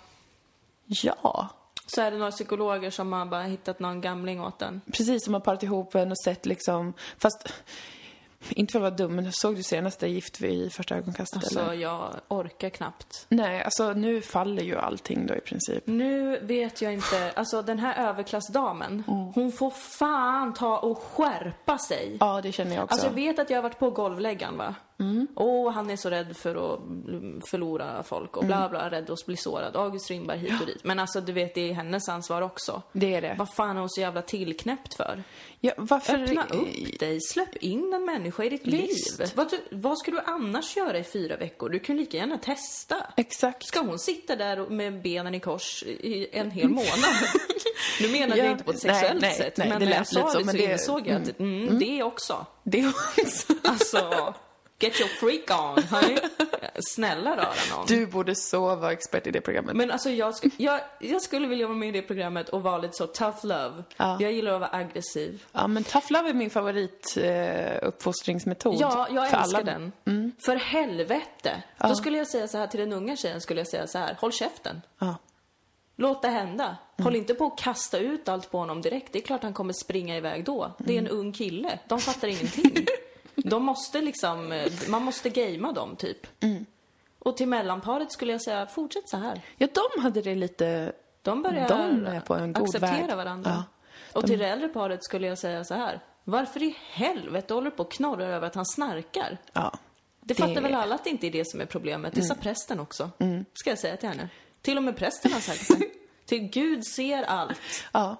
Ja. Så är det några psykologer som har bara hittat någon gamling åt den. Precis, som har parat ihop en och sett liksom... Fast... Inte för att vara dum, men såg du senaste Gift vid första ögonkastet? Alltså, eller? jag orkar knappt. Nej, alltså nu faller ju allting då i princip. Nu vet jag inte, alltså den här överklassdamen, mm. hon får fan ta och skärpa sig. Ja, det känner jag också. Alltså jag vet att jag har varit på golvläggaren, va? Mm. Och han är så rädd för att förlora folk och bla bla, rädd att bli sårad. August Strindberg hit och dit. Men alltså du vet, det är hennes ansvar också. Det är det. Vad fan är hon så jävla tillknäppt för? Ja, varför... Öppna upp dig, släpp in en människa i ditt Visst. liv. Vad, vad ska du annars göra i fyra veckor? Du kan lika gärna testa. Exakt. Ska hon sitta där med benen i kors i en hel månad? Nu menar ja, jag inte på ett sexuellt nej, sätt. Nej, men det när jag sa så, det så det, insåg jag att mm, mm. det också. Det också. Alltså... Get your freak on, honey. Snälla röra någon. Du borde så vara expert i det programmet. Men alltså jag, sk- jag, jag skulle vilja vara med i det programmet och vara lite så tough love. Ja. Jag gillar att vara aggressiv. Ja, men tough love är min favorit eh, uppfostringsmetod. Ja, jag för älskar alla. den. Mm. För helvete. Ja. Då skulle jag säga så här till den unga tjejen, skulle jag säga så här: håll käften. Ja. Låt det hända. Mm. Håll inte på att kasta ut allt på honom direkt. Det är klart han kommer springa iväg då. Det är en ung kille. De fattar ingenting. De måste liksom, man måste gamea dem typ. Mm. Och till mellanparet skulle jag säga, fortsätt så här. Ja, de hade det lite... De börjar de är på en god acceptera väg. varandra. Ja, de... Och till det äldre paret skulle jag säga så här: varför i helvete håller du på och knorrar över att han snarkar? Ja, det, det fattar väl alla att det inte är det som är problemet. Det mm. sa prästen också. Mm. Ska jag säga till henne. Till och med prästen har sagt det. Till Gud ser allt. Ja.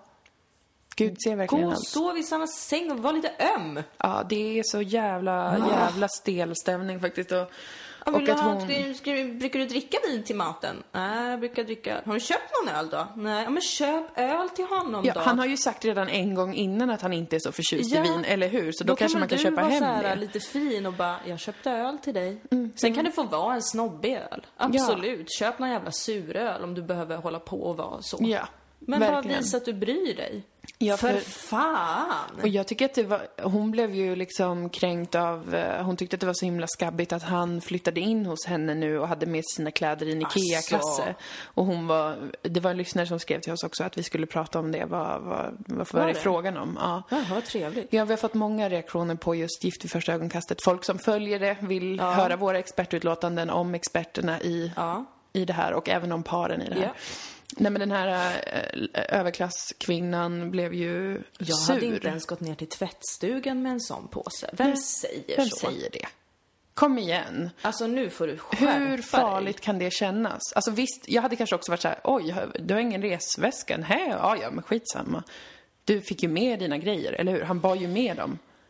Gud ser verkligen Gå allt. och sov i samma säng och var lite öm. Ja, det är så jävla, jävla stel stämning faktiskt. Och, ja, vill och du att ha, hon... ska, ska, brukar du dricka vin till maten? Nej, jag brukar dricka... Har du köpt någon öl då? Nej, ja, men köp öl till honom ja, då. Han har ju sagt redan en gång innan att han inte är så förtjust ja, i vin, eller hur? Så då, då kanske kan man kan köpa hem det. Då kan du vara lite fin och bara, jag köpte öl till dig. Mm. Sen kan det få vara en snobbig öl. Absolut. Ja. Köp någon jävla suröl om du behöver hålla på och vara så. Ja, men verkligen. Bara visa att du bryr dig. Ja, för, för fan! Och jag tycker att det var, hon blev ju liksom kränkt av, hon tyckte att det var så himla skabbigt att han flyttade in hos henne nu och hade med sina kläder i en Ikea-kasse. Och hon var, det var en lyssnare som skrev till oss också att vi skulle prata om det, vad, vad, vad var det frågan om. Ja, ja vad trevligt. Ja, vi har fått många reaktioner på just Gift vid första ögonkastet. Folk som följer det vill ja. höra våra expertutlåtanden om experterna i, ja. i det här och även om paren i det här. Ja. Nej, men den här äh, överklasskvinnan blev ju jag sur. Jag hade inte ens gått ner till tvättstugan med en sån påse. Vem Nej, säger vem så? Vem säger det? Kom igen. Alltså nu får du skärpa Hur farligt dig. Kan det kännas? Alltså visst, jag hade kanske också varit så här: oj, du har ingen resväska? Nej, ja, ja, men skitsamma. Du fick ju med dina grejer, eller hur? Han bar ju med dem.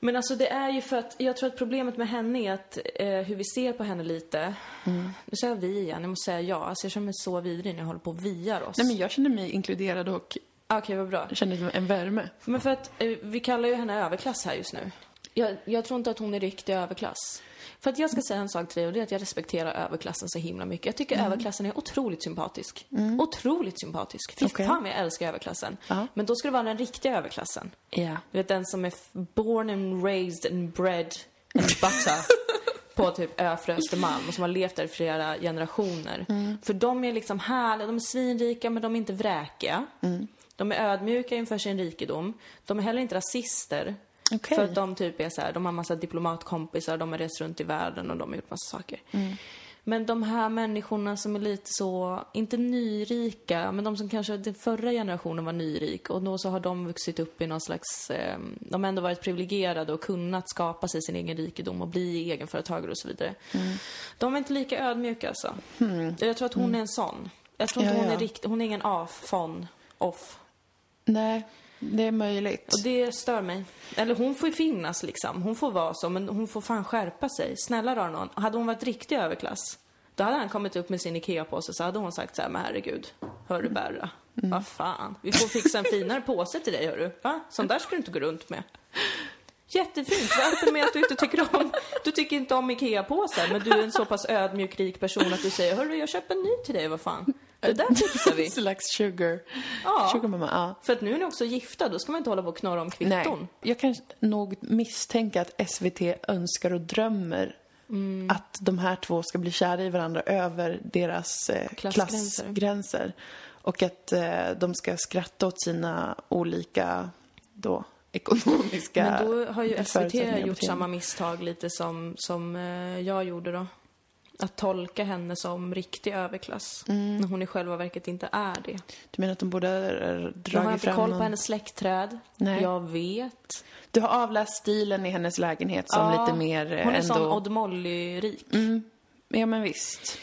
Men alltså det är ju för att, jag tror att problemet med henne är att eh, hur vi ser på henne lite. Mm. Nu säger jag vi igen, jag måste säga ja. Alltså jag känner mig så vidrig när jag håller på och viar oss. Nej, men jag känner mig inkluderad och okej, okay, vad bra. Jag känner en värme. Men för att eh, vi kallar ju henne överklass här just nu. Jag, jag tror inte att hon är riktig överklass. För att jag ska säga en sak till dig, och det är att jag respekterar överklassen så himla mycket. Jag tycker mm. överklassen är otroligt sympatisk. Mm. Otroligt sympatisk. Fy okay. fan, jag älskar överklassen. Uh-huh. Men då ska det vara den riktiga överklassen. Yeah. Du vet, den som är born and raised and bred and butter på typ Öfre Östermalm och som har levt där i flera generationer. Mm. För de är liksom härliga, de är svinrika, men de är inte vräkiga. Mm. De är ödmjuka inför sin rikedom. De är heller inte rasister. Okay. För att de typ är så här, de har massa diplomatkompisar, de har rest runt i världen och de har gjort massa saker. Mm. Men de här människorna som är lite så, inte nyrika, men de som kanske den förra generationen var nyrik och då så har de vuxit upp i någon slags, eh, de har ändå varit privilegierade och kunnat skapa sig sin egen rikedom och bli egenföretagare och så vidare. Mm. De är inte lika ödmjuka alltså. Mm. Jag tror att hon mm. är en sån. Jag tror inte ja, hon ja. är rikt, hon är ingen af-fon, off. Nej. Det är möjligt. Och det stör mig. Eller hon får ju finnas liksom. Hon får vara så, men hon får fan skärpa sig. Snälla rör någon. Hade hon varit riktig överklass, då hade han kommit upp med sin Ikea-påse, så hade hon sagt så här, men herregud, hör du Berra. Mm. Vad fan. Vi får fixa en finare påse till dig, hör du. Va? Sån där ska du inte gå runt med. Jättefint. Var öppen med att du inte tycker om, du tycker inte om Ikea-påsar, men du är en så pass ödmjuk, rik person att du säger, hörru, jag köper en ny till dig, vad fan. Det där fixar vi. Slags sugar. Ja. Sugar mamma, ja. För att nu är ni också gifta, då ska man inte hålla på och knorra om kvitton. Nej, jag kan nog misstänka att S V T önskar och drömmer mm. att de här två ska bli kära i varandra över deras eh, klassgränser. klassgränser. Och att eh, de ska skratta åt sina olika då ekonomiska. Men då har ju S V T gjort samma misstag lite som, som eh, jag gjorde då. Att tolka henne som riktig överklass. Mm. När hon i själva verket inte är det. Du menar att de borde dragit fram... Jag har inte fram koll någon... på hennes släktträd. Nej. Jag vet. Du har avläst stilen i hennes lägenhet som ja, lite mer hon är ändå... sån Odd Molly-rik. Mm. Ja, men visst.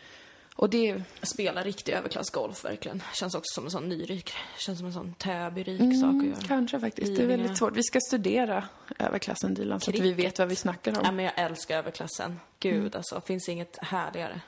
Och det... Spelar riktig överklassgolf, verkligen. Känns också som en sån nyrik. Känns som en sån Täby-rik mm, sak att göra. Kanske faktiskt. Det är väldigt svårt. Vi ska studera överklassen, Dilan, så att vi vet vad vi snackar om. Ja, men jag älskar överklassen. Gud, mm. alltså. Finns inget härligare.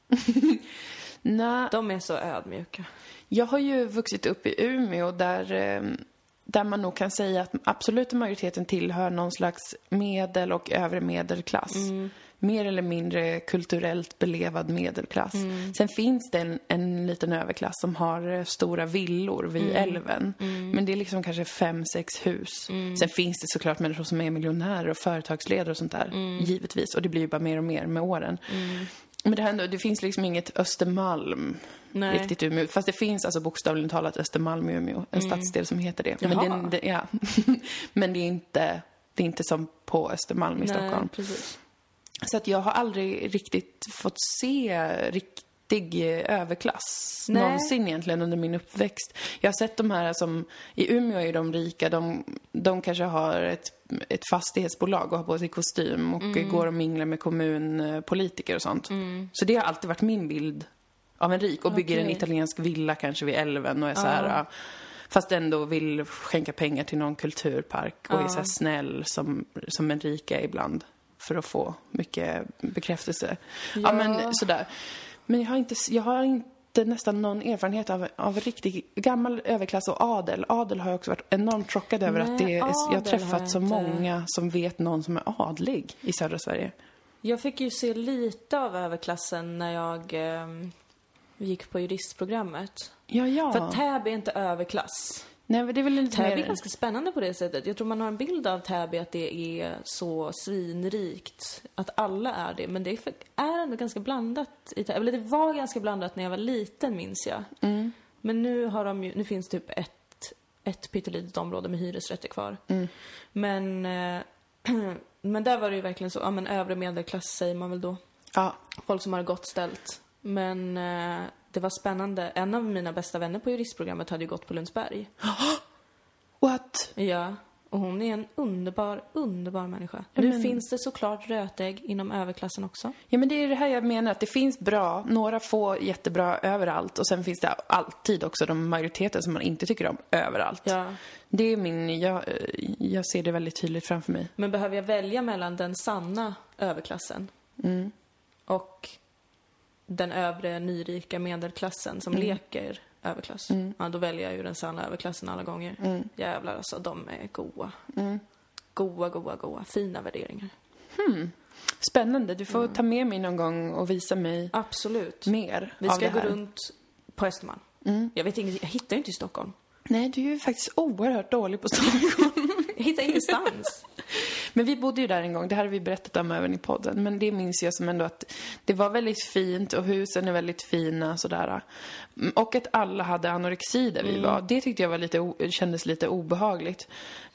Nej. De är så ödmjuka. Jag har ju vuxit upp i Umeå där... Där man nog kan säga att absoluta majoriteten tillhör någon slags medel- och övre medelklass. Mm. Mer eller mindre kulturellt belevad medelklass. Mm. Sen finns det en, en liten överklass som har stora villor vid mm. älven. Mm. Men det är liksom kanske fem, sex hus. Mm. Sen finns det såklart människor som är miljonärer och företagsledare och sånt där. Mm. Givetvis. Och det blir ju bara mer och mer med åren. Mm. Men det, här ändå, det finns liksom inget Östermalm Nej. riktigt i Umeå. Fast det finns alltså bokstavligen talat Östermalm i Umeå. En mm. stadsdel som heter det. Men det, det, ja. Men det är inte, det är inte som på Östermalm i Nej, Stockholm. Precis. Så att jag har aldrig riktigt fått se riktig överklass Nej. någonsin egentligen under min uppväxt. Jag har sett de här som, i Umeå är de rika, de, de kanske har ett, ett fastighetsbolag och har på sig kostym och mm. går och minglar med kommunpolitiker och sånt. Mm. Så det har alltid varit min bild av en rik och bygger okay. en italiensk villa kanske vid älven och är så här... Uh. Fast ändå vill skänka pengar till någon kulturpark och uh. är så här snäll som, som en rika ibland. För att få mycket bekräftelse. Ja, ja men sådär. Men jag har inte, jag har inte nästan någon erfarenhet av, av riktigt gammal överklass och adel. Adel har jag också varit enormt chockad över. Nej, att det är, jag har träffat har så inte... många som vet någon som är adlig i södra Sverige. Jag fick ju se lite av överklassen när jag eh, gick på juristprogrammet. Ja, ja. För Täby är inte överklass. Nej, det är väl lite Täby mer... är ganska spännande på det sättet. Jag tror man har en bild av Täby att det är så svinrikt. Att alla är det. Men det är ändå ganska blandat i Täby. Eller det var ganska blandat när jag var liten, minns jag. Mm. Men nu har de ju, nu finns typ ett, ett pyttelitet område med hyresrätter kvar. Mm. Men, eh, men där var det ju verkligen så. Ja, men övre medelklass säger man väl då. Ja. Folk som har det gott ställt. Men... Eh, det var spännande. En av mina bästa vänner på juristprogrammet hade ju gått på Lundsberg. What? Ja. Och hon är en underbar, underbar människa. Ja, nu men... finns det såklart rötägg inom överklassen också. Ja, men det är det här jag menar, att det finns bra, några få jättebra överallt. Och sen finns det alltid också de majoriteten som man inte tycker om överallt. Ja. Det är min, jag, jag ser det väldigt tydligt framför mig. Men behöver jag välja mellan den sanna överklassen mm. och den övre nyrika medelklassen som mm. leker överklass? Mm. Ja, då väljer jag ju den sanna överklassen alla gånger. Mm. Jävlar alltså, de är goa. Mm. Goa, goa, goa. Fina värderingar. Hmm. Spännande. Du får mm. ta med mig någon gång och visa mig Absolut. mer Vi ska av det här. gå runt på Östermalm. Mm. Jag vet inte, jag hittar ju inte i Stockholm. Nej, du är ju faktiskt oerhört dålig på Stockholm. Jag hittar ingenstans. Men vi bodde ju där en gång, det här har vi berättat om även i podden. Men det minns jag som ändå att det var väldigt fint och husen är väldigt fina sådär. Och att alla hade anorexi där mm. vi var. Det tyckte jag var lite, kändes lite obehagligt.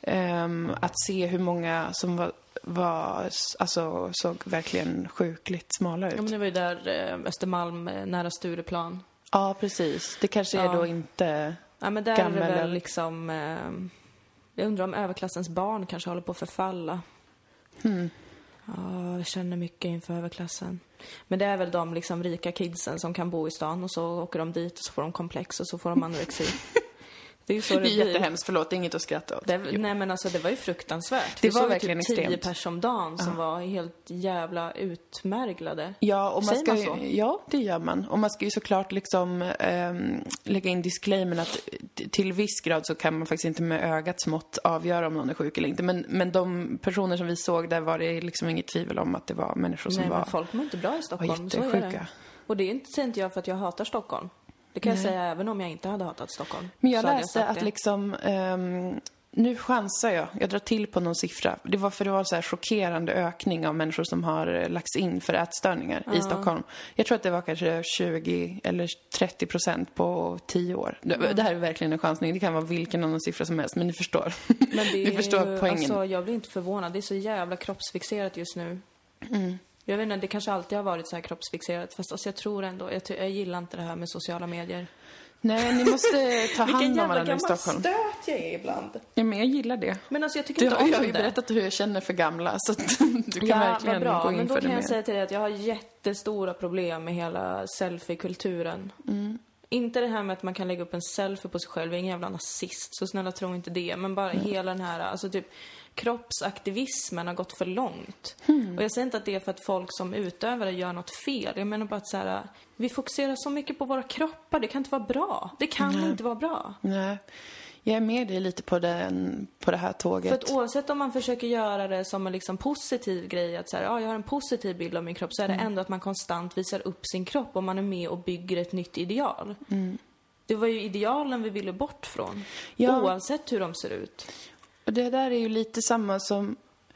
Um, att se hur många som var, var alltså, såg verkligen sjukligt smala ut. Ja, men det var ju där eh, Östermalm, nära Stureplan. Ja, precis. Det kanske är ja. då inte... Ja, men där gamla är det väl liksom... Eh, jag undrar om överklassens barn kanske håller på att förfalla. Hmm. Ja, jag känner mycket inför överklassen. Men det är väl de liksom rika kidsen som kan bo i stan och så åker de dit och så får de komplex och så får de anorexi. Det är ju så det, det är blir. Jättehemskt, förlåt, det är inget att skratta åt. Det, nej men alltså det var ju fruktansvärt. Det var verkligen typ extremt. tio pers om dagen som uh. var helt jävla utmärglade. Ja, och man Säger ska man ju, så? ja, det gör man. Och man ska ju såklart liksom ähm, lägga in disclaimer att till viss grad så kan man faktiskt inte med ögats mått avgöra om någon är sjuk eller inte. Men, men de personer som vi såg där var det liksom inget tvivel om att det var människor som nej, var... Nej, men folk mår inte bra i Stockholm, så är det. Och det är inte, säger inte jag för att jag hatar Stockholm. Det kan Nej. jag säga även om jag inte hade hatat Stockholm. Men jag läste jag att liksom... Um, nu chansar jag. Jag drar till på någon siffra. Det var för det var så här chockerande ökning av människor som har lagts in för ätstörningar uh-huh. i Stockholm. Jag tror att det var kanske tjugo eller trettio procent på tio år. Uh-huh. Det här är verkligen en chansning. Det kan vara vilken annan siffra som helst. Men ni förstår. Men det ni förstår ju, poängen. Alltså, jag blir inte förvånad. Det är så jävla kroppsfixerat just nu. Mm. Jag vet inte, det kanske alltid har varit så här kroppsfixerat. Fast alltså, jag tror ändå, jag, jag gillar inte det här med sociala medier. Nej, ni måste ta hand om varandra i Stockholm. Vilken jävla stöt jag är ibland. Ja, men jag gillar det. Men alltså jag tycker du, inte om jag har det. ju berättat hur jag känner för gamla. Så att du kan ja, verkligen bra. gå in men då för kan det jag mer. säga till dig att jag har jättestora problem med hela selfie-kulturen. Mm. Inte det här med att man kan lägga upp en selfie på sig själv. Jag är ingen jävla nazist, så snälla tro inte det. Men bara mm. hela den här, alltså typ kroppsaktivismen har gått för långt. Mm. Och jag säger inte att det är för att folk som utövare gör något fel. Jag menar bara att så här, vi fokuserar så mycket på våra kroppar. Det kan inte vara bra. Det kan Nej. inte vara bra. Nej. Jag är med dig lite på, den, på det här tåget. För att oavsett om man försöker göra det som en liksom positiv grej, att så här, ja, jag har en positiv bild av min kropp, så är det mm. ändå att man konstant visar upp sin kropp och man är med och bygger ett nytt ideal. Mm. Det var ju idealen vi ville bort från. Ja. Oavsett hur de ser ut. Och det där är ju lite samma som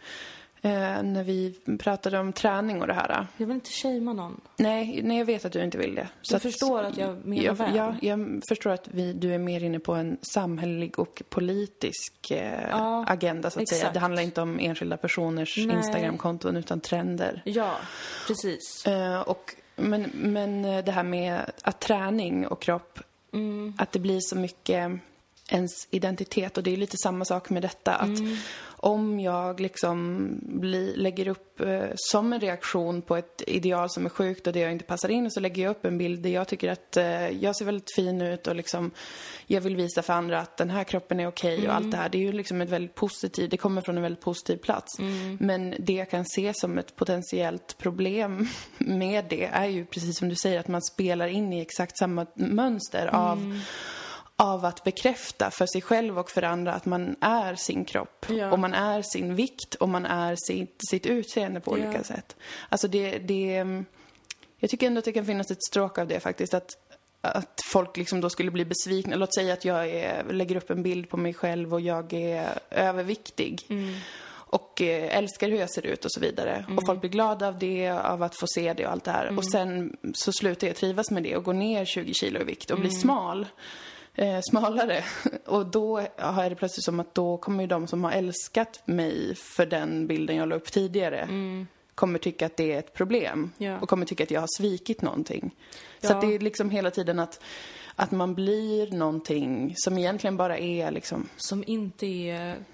eh, när vi pratade om träning och det här. Jag vill inte shamea någon. Nej, nej, jag vet att du inte vill det. Så jag att, förstår att jag menar jag, väl. Ja, jag förstår att vi, du är mer inne på en samhällelig och politisk eh, ja, agenda, så att exakt. säga. Det handlar inte om enskilda personers nej. Instagramkonton utan trender. Ja, precis. Eh, och, men, men det här med att träning och kropp, mm. att det blir så mycket ens identitet, och det är lite samma sak med detta, att mm. om jag liksom bli, lägger upp eh, som en reaktion på ett ideal som är sjukt och det jag inte passar in, och så lägger jag upp en bild där jag tycker att eh, jag ser väldigt fin ut och liksom jag vill visa för andra att den här kroppen är okej okay, mm. och allt det här, det är ju liksom ett väldigt positivt, det kommer från en väldigt positiv plats. Mm. Men det jag kan se som ett potentiellt problem med det är ju precis som du säger, att man spelar in i exakt samma mönster mm. av av att bekräfta för sig själv och för andra att man är sin kropp. Ja. Och man är sin vikt och man är sitt, sitt utseende på olika ja. sätt. Alltså det, det... Jag tycker ändå att det kan finnas ett stråk av det faktiskt. Att, att folk liksom då skulle bli besvikna. Låt säga att jag är, lägger upp en bild på mig själv och jag är överviktig. Mm. Och eh, älskar hur jag ser ut och så vidare. Mm. Och folk blir glada av det, av att få se det och allt det här. Mm. Och sen så slutar jag trivas med det och går ner tjugo kilo i vikt och mm. blir smal. Eh, smalare. Och då är det plötsligt som att då kommer ju de som har älskat mig för den bilden jag la upp tidigare mm. kommer tycka att det är ett problem. Ja. Och kommer tycka att jag har svikit någonting. Ja. Så att det är liksom hela tiden att, att man blir någonting som egentligen bara är liksom... Som inte är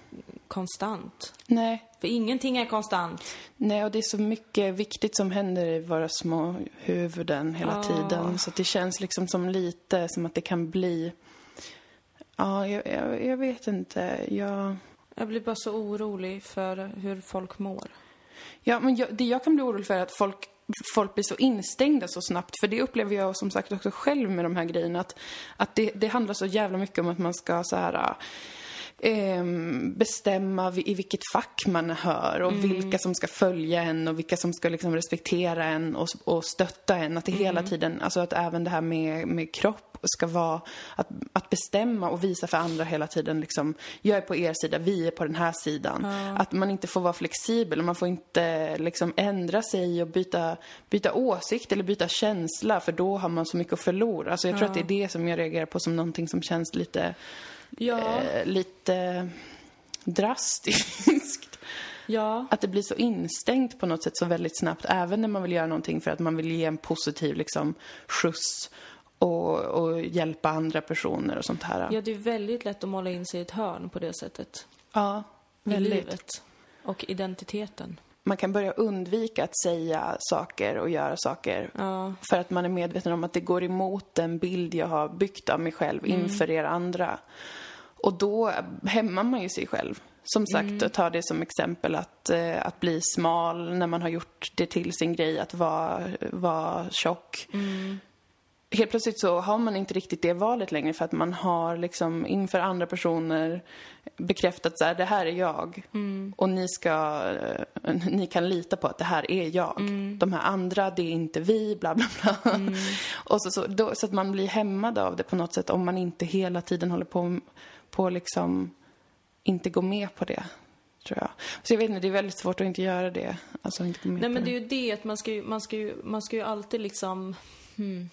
konstant. Nej. För ingenting är konstant. Nej, och det är så mycket viktigt som händer i våra små huvuden hela oh. tiden. Så att det känns liksom som lite som att det kan bli... Ja, jag, jag, jag vet inte. Jag... jag blir bara så orolig för hur folk mår. Ja, men jag, det jag kan bli orolig för är att folk... folk blir så instängda så snabbt. För det upplever jag som sagt också själv med de här grejerna. Att, att det, det handlar så jävla mycket om att man ska så här... Eh, bestämma i vilket fack man hör och mm. vilka som ska följa en och vilka som ska liksom respektera en och, och stötta en. Att det mm. hela tiden, alltså att även det här med, med kropp ska vara att, att bestämma och visa för andra hela tiden liksom, jag är på er sida, vi är på den här sidan. Mm. Att man inte får vara flexibel och man får inte liksom ändra sig och byta, byta åsikt eller byta känsla, för då har man så mycket att förlora. Alltså jag tror mm. att det är det som jag reagerar på som någonting som känns lite Ja. Eh, lite drastiskt. Ja. Att det blir så instängt på något sätt så väldigt snabbt. Även när man vill göra någonting för att man vill ge en positiv liksom, skjuts och, och hjälpa andra personer och sånt här. Ja, det är väldigt lätt att måla in sig i ett hörn på det sättet. Ja, väldigt. I livet. Och identiteten. Man kan börja undvika att säga saker och göra saker. Ja. För att man är medveten om att det går emot den bild jag har byggt av mig själv mm. inför er andra. Och då hämmar man ju sig själv. Som sagt, mm. att ta det som exempel att, eh, att bli smal när man har gjort det till sin grej att vara, vara tjock. Mm. Helt plötsligt så har man inte riktigt det valet längre för att man har liksom inför andra personer bekräftat så här, det här är jag. Mm. Och ni ska, ni kan lita på att det här är jag. Mm. De här andra, det är inte vi, bla bla bla. Mm. Och så, så, då, så att man blir hämmad av det på något sätt om man inte hela tiden håller på, på liksom, inte gå med på det. Tror jag. Så jag vet inte, det är väldigt svårt att inte göra det. Alltså inte gå med Nej, på men det det. är ju det att man ska ju, man ska ju, man ska ju alltid liksom... Hmm.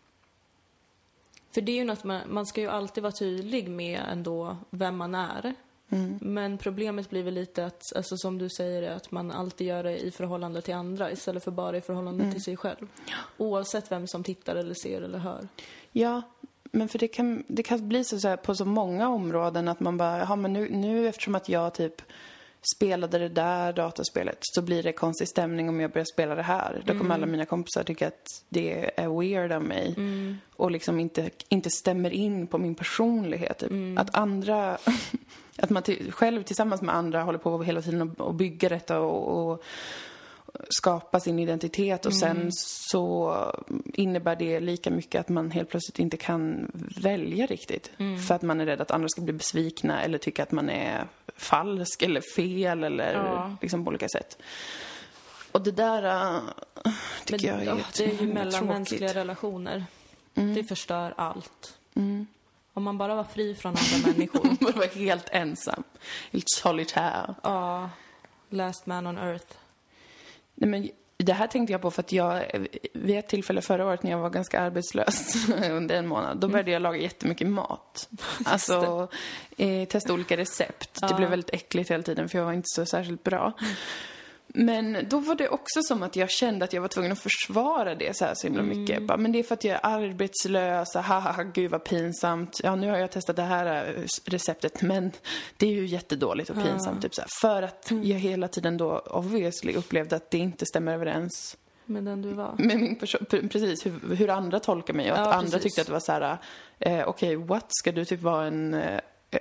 För det är ju något man, man ska ju alltid vara tydlig med ändå vem man är. Mm. Men problemet blir väl lite att, alltså som du säger, att man alltid gör det i förhållande till andra istället för bara i förhållande mm. till sig själv. Ja. Oavsett vem som tittar eller ser eller hör. Ja, men för det kan, det kan bli så, så här, på så många områden att man bara, ja men nu, nu eftersom att jag typ spelade det där dataspelet så blir det konstig stämning om jag börjar spela det här. Då kommer mm. alla mina kompisar tycka att det är weird av mig. Mm. Och liksom inte, inte stämmer in på min personlighet. Typ. Mm. Att andra, att man till, själv tillsammans med andra håller på hela tiden och, och bygger detta och, och skapa sin identitet. Och mm. sen så innebär det lika mycket att man helt plötsligt inte kan välja riktigt. Mm. För att man är rädd att andra ska bli besvikna eller tycka att man är falsk eller fel eller ja. liksom på olika sätt. Och det där uh, tycker Men, jag är ja, det är ju mellanmänskliga tråkigt. relationer. Mm. Det förstör allt. Mm. Om man bara var fri från andra människor. Man var helt ensam. Helt solitär. Ja, last man on earth. Nej, men det här tänkte jag på för att jag vid ett tillfälle förra året när jag var ganska arbetslös under en månad, då började jag laga jättemycket mat. Alltså eh, testa olika recept. Ja. Det blev väldigt äckligt hela tiden för jag var inte så särskilt bra. Men då var det också som att jag kände att jag var tvungen att försvara det så här så himla mycket. Mm. Bara, men det är för att jag är arbetslös. Haha, gud vad pinsamt. Ja, nu har jag testat det här receptet. Men det är ju jättedåligt och pinsamt. Ja. Typ så här, för att jag hela tiden då obviously upplevde att det inte stämmer överens. Med den du var. Med min person, precis, hur, hur andra tolkar mig. Och att ja, andra tyckte att det var så här, eh, okej, okay, what? Ska du typ vara en... Eh,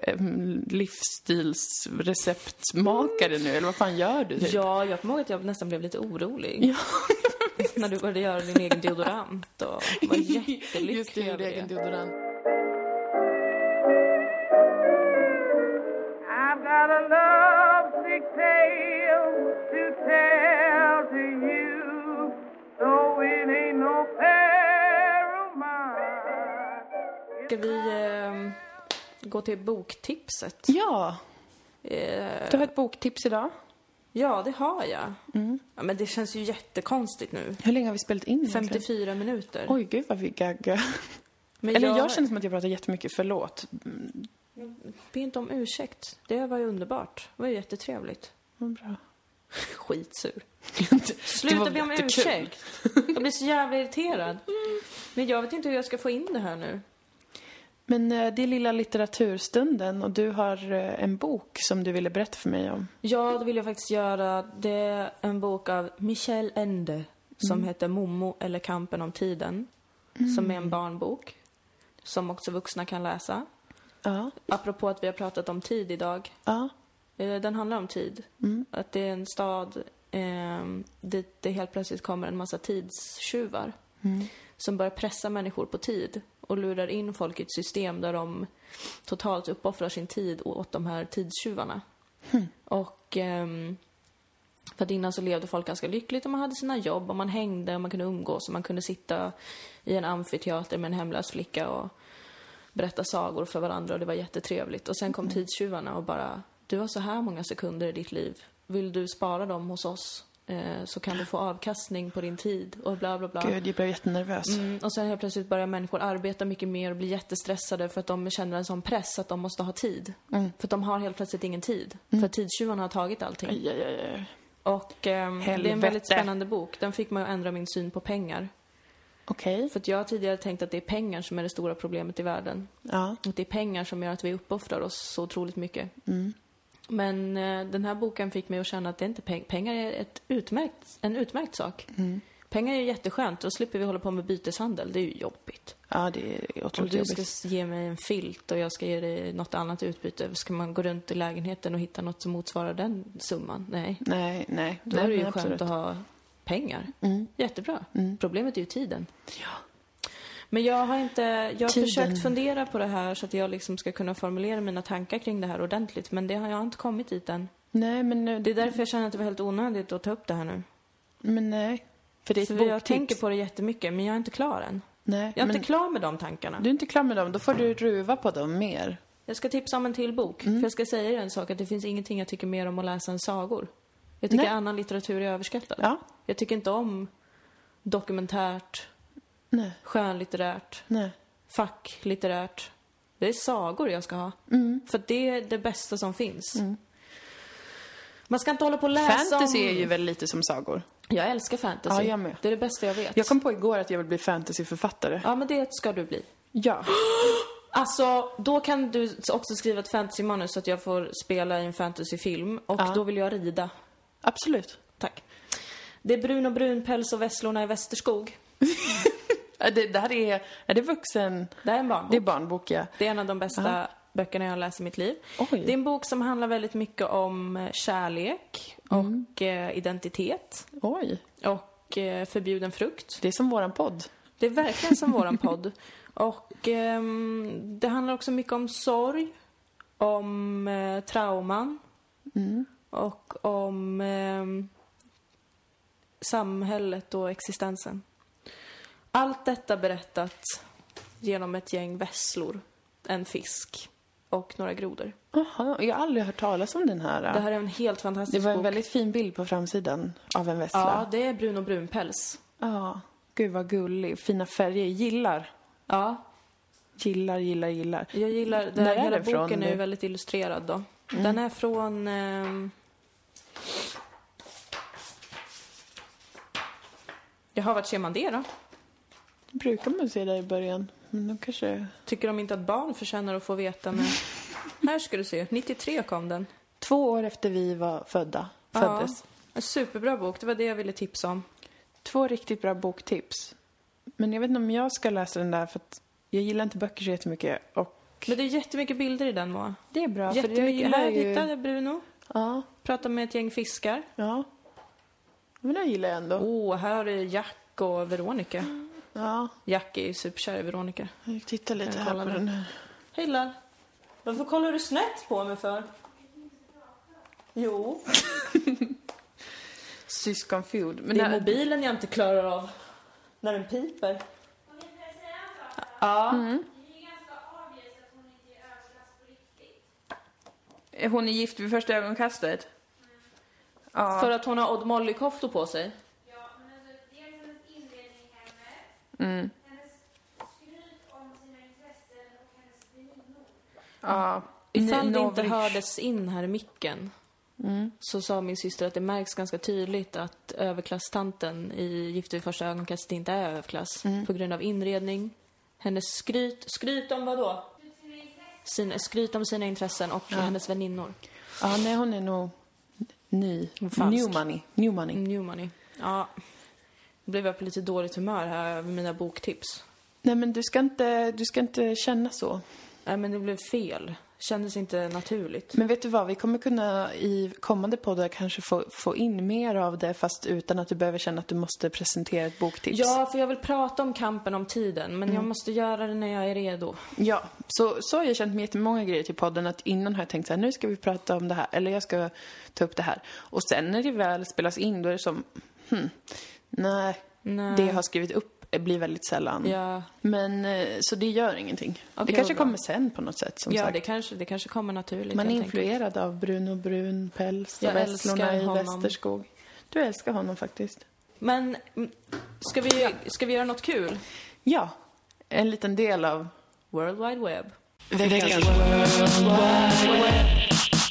livsstilsreceptmakare nu, eller vad fan gör du? Typ? Ja, jag kommer ihåg att jag nästan blev lite orolig. Ja, när du började göra din egen deodorant och var jättelycklig. Just det, din egen deodorant. I've got a lovesick tale to tell to you, so it ain't no fair of mine. Ska vi eh, gå till boktipset? Ja. Eh, du har ett boktips idag. Ja, det har jag. Mm. Ja, men det känns ju jättekonstigt nu. Hur länge har vi spelat in? femtiofyra egentligen? minuter. Oj, gud vad vi gaggar. Men Eller jag... jag känner som att jag pratar jättemycket. Förlåt. Be inte om ursäkt. Det var ju underbart. Det var ju jättetrevligt. Vad bra. Skitsur. Sluta be om ursäkt. Jag blir så jävla irriterad. Men jag vet inte hur jag ska få in det här nu. Men eh, det är lilla litteraturstunden och du har eh, en bok som du ville berätta för mig om. Ja, det vill jag faktiskt göra. Det är en bok av Michel Ende som mm. heter Momo eller Kampen om tiden. Mm. Som är en barnbok som också vuxna kan läsa. Ja. Apropå att vi har pratat om tid idag. Ja. Den handlar om tid. Mm. Att det är en stad eh, dit det helt plötsligt kommer en massa tidstjuvar. Mm. Som börjar pressa människor på tid. Och lurar in folk i ett system där de totalt uppoffrar sin tid åt de här tidstjuvarna. Mm. Och eh, för att innan så levde folk ganska lyckligt och man hade sina jobb och man hängde och man kunde umgås och man kunde sitta i en amfiteater med en hemlös flicka och berätta sagor för varandra och det var jättetrevligt. Och sen kom mm. tidstjuvarna och bara, du har så här många sekunder i ditt liv. Vill du spara dem hos oss eh, så kan du få avkastning på din tid och bla bla bla. Gud, jag blev jättenervös. Mm, och sen helt plötsligt börjar människor arbeta mycket mer och bli jättestressade för att de känner en sån press att de måste ha tid. Mm. För att de har helt plötsligt ingen tid. Mm. För att tidstjuvarna har tagit allting. Aj, aj, aj. Och eh, det är en väldigt spännande bok. Den fick mig att ändra min syn på pengar. Okej. Okay. För att jag har tidigare tänkt att det är pengar som är det stora problemet i världen. Ja. Att det är pengar som gör att vi uppoffrar oss så otroligt mycket. Mm. Men eh, den här boken fick mig att känna att det inte peng- pengar är ett utmärkt, en utmärkt sak. Mm. Pengar är ju jätteskönt. Då slipper vi hålla på med byteshandel. Det är ju jobbigt. Ja, det är otroligt Om du jobbigt. ska ge mig en filt och jag ska ge dig något annat utbyte. Ska man gå runt i lägenheten och hitta något som motsvarar den summan? Nej. Nej, nej. Då nej, är det ju nej, skönt absolut. att ha pengar. Mm. Jättebra. Mm. Problemet är ju tiden. Ja. Men jag har inte, jag har Tiden. försökt fundera på det här så att jag liksom ska kunna formulera mina tankar kring det här ordentligt. Men det har jag inte kommit dit än. Nej, men... Det är därför jag känner att det var helt onödigt att ta upp det här nu. Men nej. För det är ett För boktips. jag tänker på det jättemycket, men jag är inte klar än. Nej, Jag är men inte klar med de tankarna. Du är inte klar med dem, då får du ruva på dem mer. Jag ska tipsa om en till bok. Mm. För jag ska säga er en sak, att det finns ingenting jag tycker mer om att läsa än sagor. Jag tycker Nej. annan litteratur är överskattad. Ja. Jag tycker inte om dokumentärt, Nej. skönlitterärt, Nej. facklitterärt. Det är sagor jag ska ha. Mm. För det är det bästa som finns. Mm. Man ska inte hålla på och läsa Fantasy om... är ju väl lite som sagor. Jag älskar fantasy. Ja, jag med. Det är det bästa jag vet. Jag kom på igår att jag vill bli fantasyförfattare. Ja, men det ska du bli. Ja. Alltså, då kan du också skriva ett fantasymanus så att jag får spela i en fantasyfilm. Och Ja. då vill jag rida. Absolut. Tack. Det är Bruno Brunpäls och Vesslorna i Västerskog. det, det här är... Är det vuxen... Det är en barnbok. Det är barnbok, ja. Det är en av de bästa Ja. böckerna jag har läst i mitt liv. Oj. Det är en bok som handlar väldigt mycket om kärlek Mm. och eh, identitet. Oj. Och eh, förbjuden frukt. Det är som våran podd. Det är verkligen som våran podd. Och ehm, det handlar också mycket om sorg, om eh, trauman Mm. och om ehm, samhället och existensen. Allt detta berättat genom ett gäng vesslor, en fisk och några grodor. Aha, jag har aldrig hört talas om den här. Det här är en helt fantastisk Det var en bok. väldigt fin bild på framsidan av en vessla. Ja, det är Bruno Brunpäls. Ja, gud vad gullig. Fina färger. Gillar. Ja, Gillar, gillar, gillar. jag gillar det. När är Hela den från boken är ju nu? väldigt illustrerad då. Mm. Den är från... ehm, Jag har varit ser man det då? Det brukar man se där i början. Men de kanske... Tycker de inte att barn förtjänar att få veta när... Här ska du se, nittiotre kom den. Två år efter vi var födda. Föddes. Ja, en superbra bok, det var det jag ville tipsa om. Två riktigt bra boktips. Men jag vet inte om jag ska läsa den där för att jag gillar inte böcker så jättemycket. Och Men det är jättemycket bilder i den, Moa. det är bra. För jag Jättemycket. gillar Här, ju... titta Bruno. Ja, Pratar med ett gäng fiskar. ja. Men det gillar jag ändå. Åh, oh, här är Jack och Veronica. Ja, Jack är ju superkär i Veronica. jag tittar lite Jag här kollar på nu. den här. Hej Lall. Varför kollar du snett på mig för? Jo. Syskonfeud. Men Det är där- mobilen jag inte klarar av. När den piper. Ja. Mm. Är hon är gift vid första ögonkastet? Ja. För att hon har Odd Molly-koftor på sig. Ja, men alltså, dels hennes inredning i hemmet, Mm. hennes skryt om sina intressen och hennes väninnor. Ja. Ifall N- det inte Novrish. hördes in här i micken Mm. så sa min syster att det märks ganska tydligt att överklasstanten i Gift vid första ögonkastet inte är överklass. Mm. På grund av inredning. Hennes skryt... Skryt om vad då? Sin, skryt om sina intressen och ja. hennes väninnor. Ja, nej, hon är nog ny. Falsk. New money. New money. New money. Ja. Nu blev jag på lite dåligt humör här över mina boktips. Nej, men du ska inte, du ska inte känna så. Nej, men det blev fel. Kändes inte naturligt. Men vet du vad, vi kommer kunna i kommande poddar kanske få, få in mer av det, fast utan att du behöver känna att du måste presentera ett boktips. Ja, för jag vill prata om kampen om tiden, men mm. jag måste göra det när jag är redo. Ja, så, så har jag känt med jättemånga grejer till podden, att innan har jag tänkt så här, nu ska vi prata om det här, eller jag ska ta upp det här. Och sen när det väl spelas in, då är det som, hmm, nej, nej. det jag har skrivit upp blir väldigt sällan. Ja. Men så det gör ingenting. Okay, det kanske kommer sen på något sätt, som ja, sagt. det kanske, det kanske kommer naturligt. Man är influerad enkelt. av Bruno Brun, Päls och Vesslorna i Västerskog. Du älskar honom faktiskt. Men ska vi, ska vi göra något kul? Ja, en liten del av World Wide Web. Veckans World Wide Web.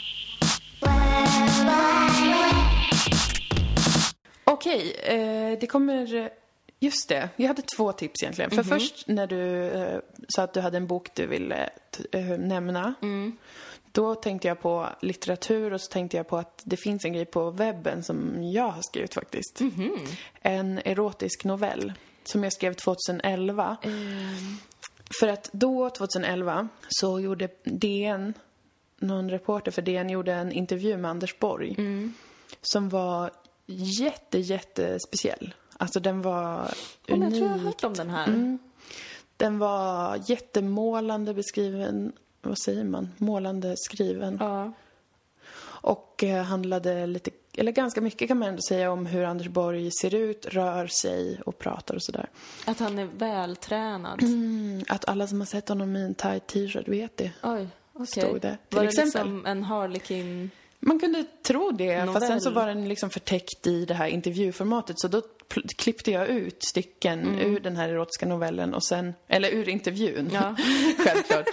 Okej, eh, det kommer... Just det, jag hade två tips egentligen. Mm-hmm. För först när du eh, sa att du hade en bok du ville eh, nämna. Mm. Då tänkte jag på litteratur och så tänkte jag på att det finns en grej på webben som jag har skrivit faktiskt. Mm-hmm. En erotisk novell som jag skrev tjugoelva. Mm. För att då, tjugoelva, så gjorde D N, någon reporter för D N gjorde en intervju med Anders Borg. Mm. Som var jätte, jätte speciell. Alltså den var oh, unik. Jag tror jag har hört om den här. Mm. Den var jättemålande beskriven. Vad säger man? Målande skriven. Ja. Och eh, handlade lite, eller ganska mycket kan man ändå säga, om hur Anders Borg ser ut, rör sig och pratar och sådär. Att han är vältränad. Mm, att alla som har sett honom i en tight t-shirt vet det. Oj, okej. Stod det. Till var det exempel. Liksom en Harlequin... Man kunde tro det, novell. Fast sen så var den liksom förtäckt i det här intervjuformatet. Så då pl- klippte jag ut stycken mm. ur den här erotiska novellen och sen, eller ur intervjun, ja. Självklart.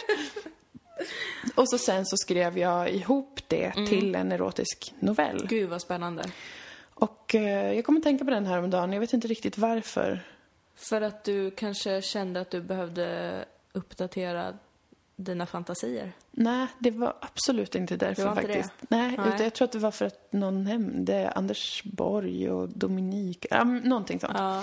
Och så sen så skrev jag ihop det mm. till en erotisk novell. Gud vad spännande. Och eh, jag kommer tänka på den här om dagen. Jag vet inte riktigt varför. För att du kanske kände att du behövde uppdatera dina fantasier? Nej, det var absolut inte därför det var faktiskt. Inte det. Nej, Nej. Utan jag tror att det var för att någon nämnde Anders Borg och Dominik. Ja, någonting sånt. Ja.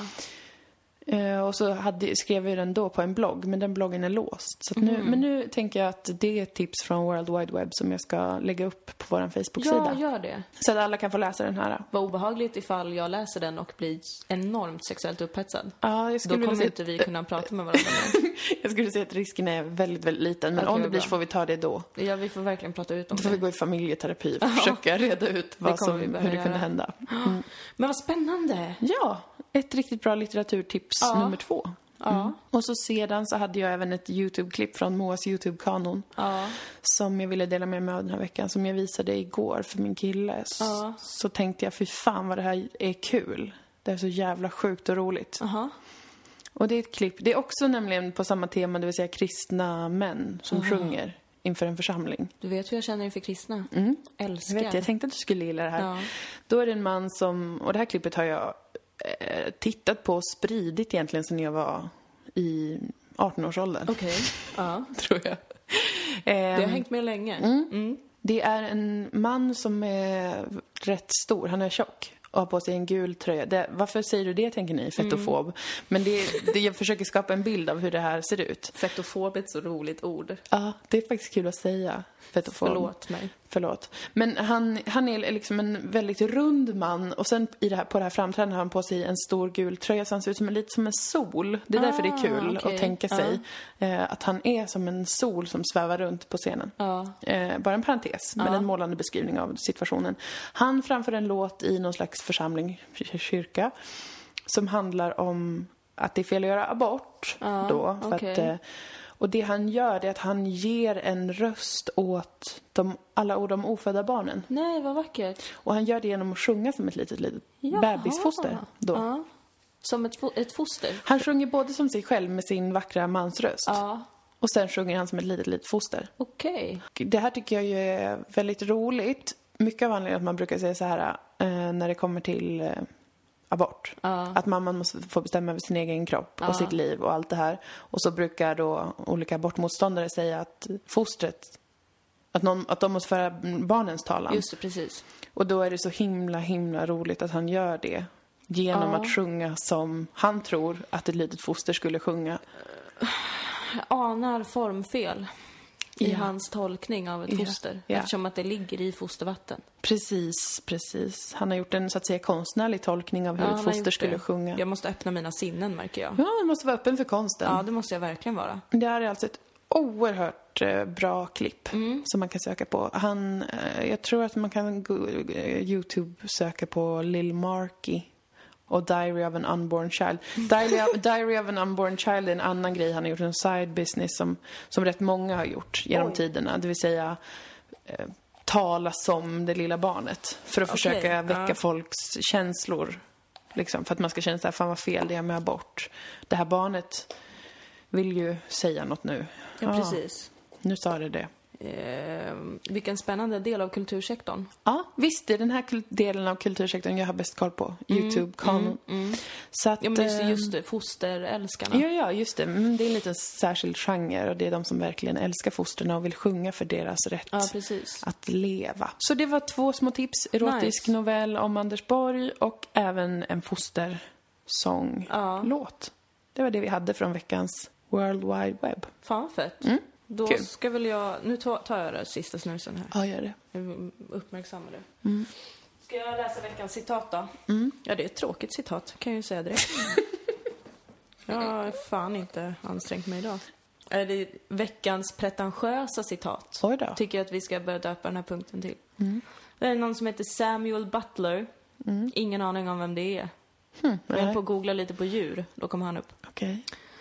Uh, och så hade, skrev jag den då på en blogg, men den bloggen är låst. Så att nu, mm. Men nu tänker jag att det är ett tips från World Wide Web som jag ska lägga upp på vår Facebook-sida. Ja, gör det. Så att alla kan få läsa den här. Vad obehagligt ifall jag läser den och blir enormt sexuellt upphetsad. Ja, jag skulle då kommer se... inte vi kunna prata med varandra. Jag skulle säga att risken är väldigt, väldigt liten. Men okay, om det blir så får vi ta det då. Ja, vi får verkligen prata ut om då det. Då får vi gå i familjeterapi och försöka reda ut vad som, hur det kunde hända. Mm. Men vad spännande! Ja, ett riktigt bra litteraturtips ja. nummer två. Ja. Mm. Och så sedan så hade jag även ett YouTube-klipp från Moas YouTube-kanon. Ja. Som jag ville dela med mig av den här veckan. Som jag visade igår för min kille. Ja. Så tänkte jag, fy fan vad det här är kul. Det är så jävla sjukt och roligt. Uh-huh. Och det är ett klipp. Det är också nämligen på samma tema, det vill säga kristna män som uh-huh. sjunger inför en församling. Du vet hur jag känner inför kristna? Mm. Älskar. Jag vet, jag tänkte att du skulle gilla det här. Ja. Då är det en man som, och det här klippet har jag eh, tittat på och spridit egentligen sedan jag var i arton-årsåldern. Okej, okay. Ja. Tror jag. Det har hängt med länge. Mm. Mm. Det är en man som är rätt stor, han är tjock. Och har på sig en gul tröja. Det, varför säger du det, tänker ni? Fetofob. Mm. Men det, det, jag försöker skapa en bild av hur det här ser ut. Fetofob är ett så roligt ord. Ja, det är faktiskt kul att säga. Fetofob. Förlåt mig. Förlåt. Men han, han är liksom en väldigt rund man. Och sen i det här, på det här framträdandet har han på sig en stor gul tröja. Så han ser ut som en, lite som en sol. Det är ah, därför det är kul okay. att tänka sig. Ah. Eh, att han är som en sol som svävar runt på scenen. Ah. Eh, bara en parentes. Men ah. en målande beskrivning av situationen. Han framför en låt i någon slags församling, kyrka. Som handlar om att det är fel att göra abort. Ah, då. För okay. att... Eh, Och det han gör är att han ger en röst åt de, alla ord om ofödda barnen. Nej, vad vackert. Och han gör det genom att sjunga som ett litet, litet Jaha. bebisfoster. Då. Ja. Som ett, fo- ett foster? Han sjunger både som sig själv med sin vackra mansröst. Ja. Och sen sjunger han som ett litet, litet foster. Okej. Okay. Det här tycker jag ju är väldigt roligt. Mycket av anledningen att man brukar säga så här eh, när det kommer till... Eh, abort. Ja. Att mamman måste få bestämma över sin egen kropp och Ja. sitt liv och allt det här. Och så brukar då olika abortmotståndare säga att fostret, att, någon, att de måste föra barnens talan. Just det, precis. Och då är det så himla, himla roligt att han gör det. Genom Ja. att sjunga som han tror att ett litet foster skulle sjunga. Jag anar formfel i Ja. hans tolkning av ett Ja. foster. Ja. Eftersom att det ligger i fostervatten. Precis, precis. Han har gjort en så att säga konstnärlig tolkning av hur Ja, ett han har foster gjort skulle det. sjunga. Jag måste öppna mina sinnen, märker jag. Ja, man måste vara öppen för konsten. Ja, det måste jag verkligen vara. Det här är alltså ett oerhört eh, bra klipp Mm. som man kan söka på. Han, eh, jag tror att man kan go- eh, YouTube söka på Lil Marky och Diary of an Unborn Child. Diary of, Diary of an Unborn Child är en annan grej han har gjort, en side business som, som rätt många har gjort genom Oj. tiderna. Det vill säga eh, tala som det lilla barnet för att Okej, försöka väcka ja. folks känslor. Liksom, för att man ska känna så här, fan vad fel det är med abort. Det här barnet vill ju säga något nu. Ja, precis. Nu sa det det. Eh, vilken spännande del av kultursektorn. Ja, visst, det är den här kul- delen av kultursektorn jag har bäst koll på. YouTube-kanon. Mm. Så att, Ja, men just, eh, just det, fosterälskarna. Ja, ja, just det. Mm, det är en liten särskild genre och det är de som verkligen älskar fosterna och vill sjunga för deras rätt Ja, precis. att leva. Så det var två små tips. Erotisk Nice. novell om Anders Borg och även en fostersång-låt. Det var det vi hade från veckans World Wide Web. Fan vad fett. Då kul. ska väl jag... Nu tar tar jag det sista snusen här. Ja, gör det. Jag uppmärksammar det. Ska jag läsa veckans citat då? Ja, det är ett tråkigt citat, kan jag ju säga direkt. Jag har fan inte ansträngt mig idag. Är det veckans pretentiösa citat? Oj då. Tycker jag att vi ska börja döpa den här punkten till. Det är någon som heter Samuel Butler. Ingen aning om vem det är. Hmm, Jag höll nej. på att googla lite på djur, då kom han upp. Okej.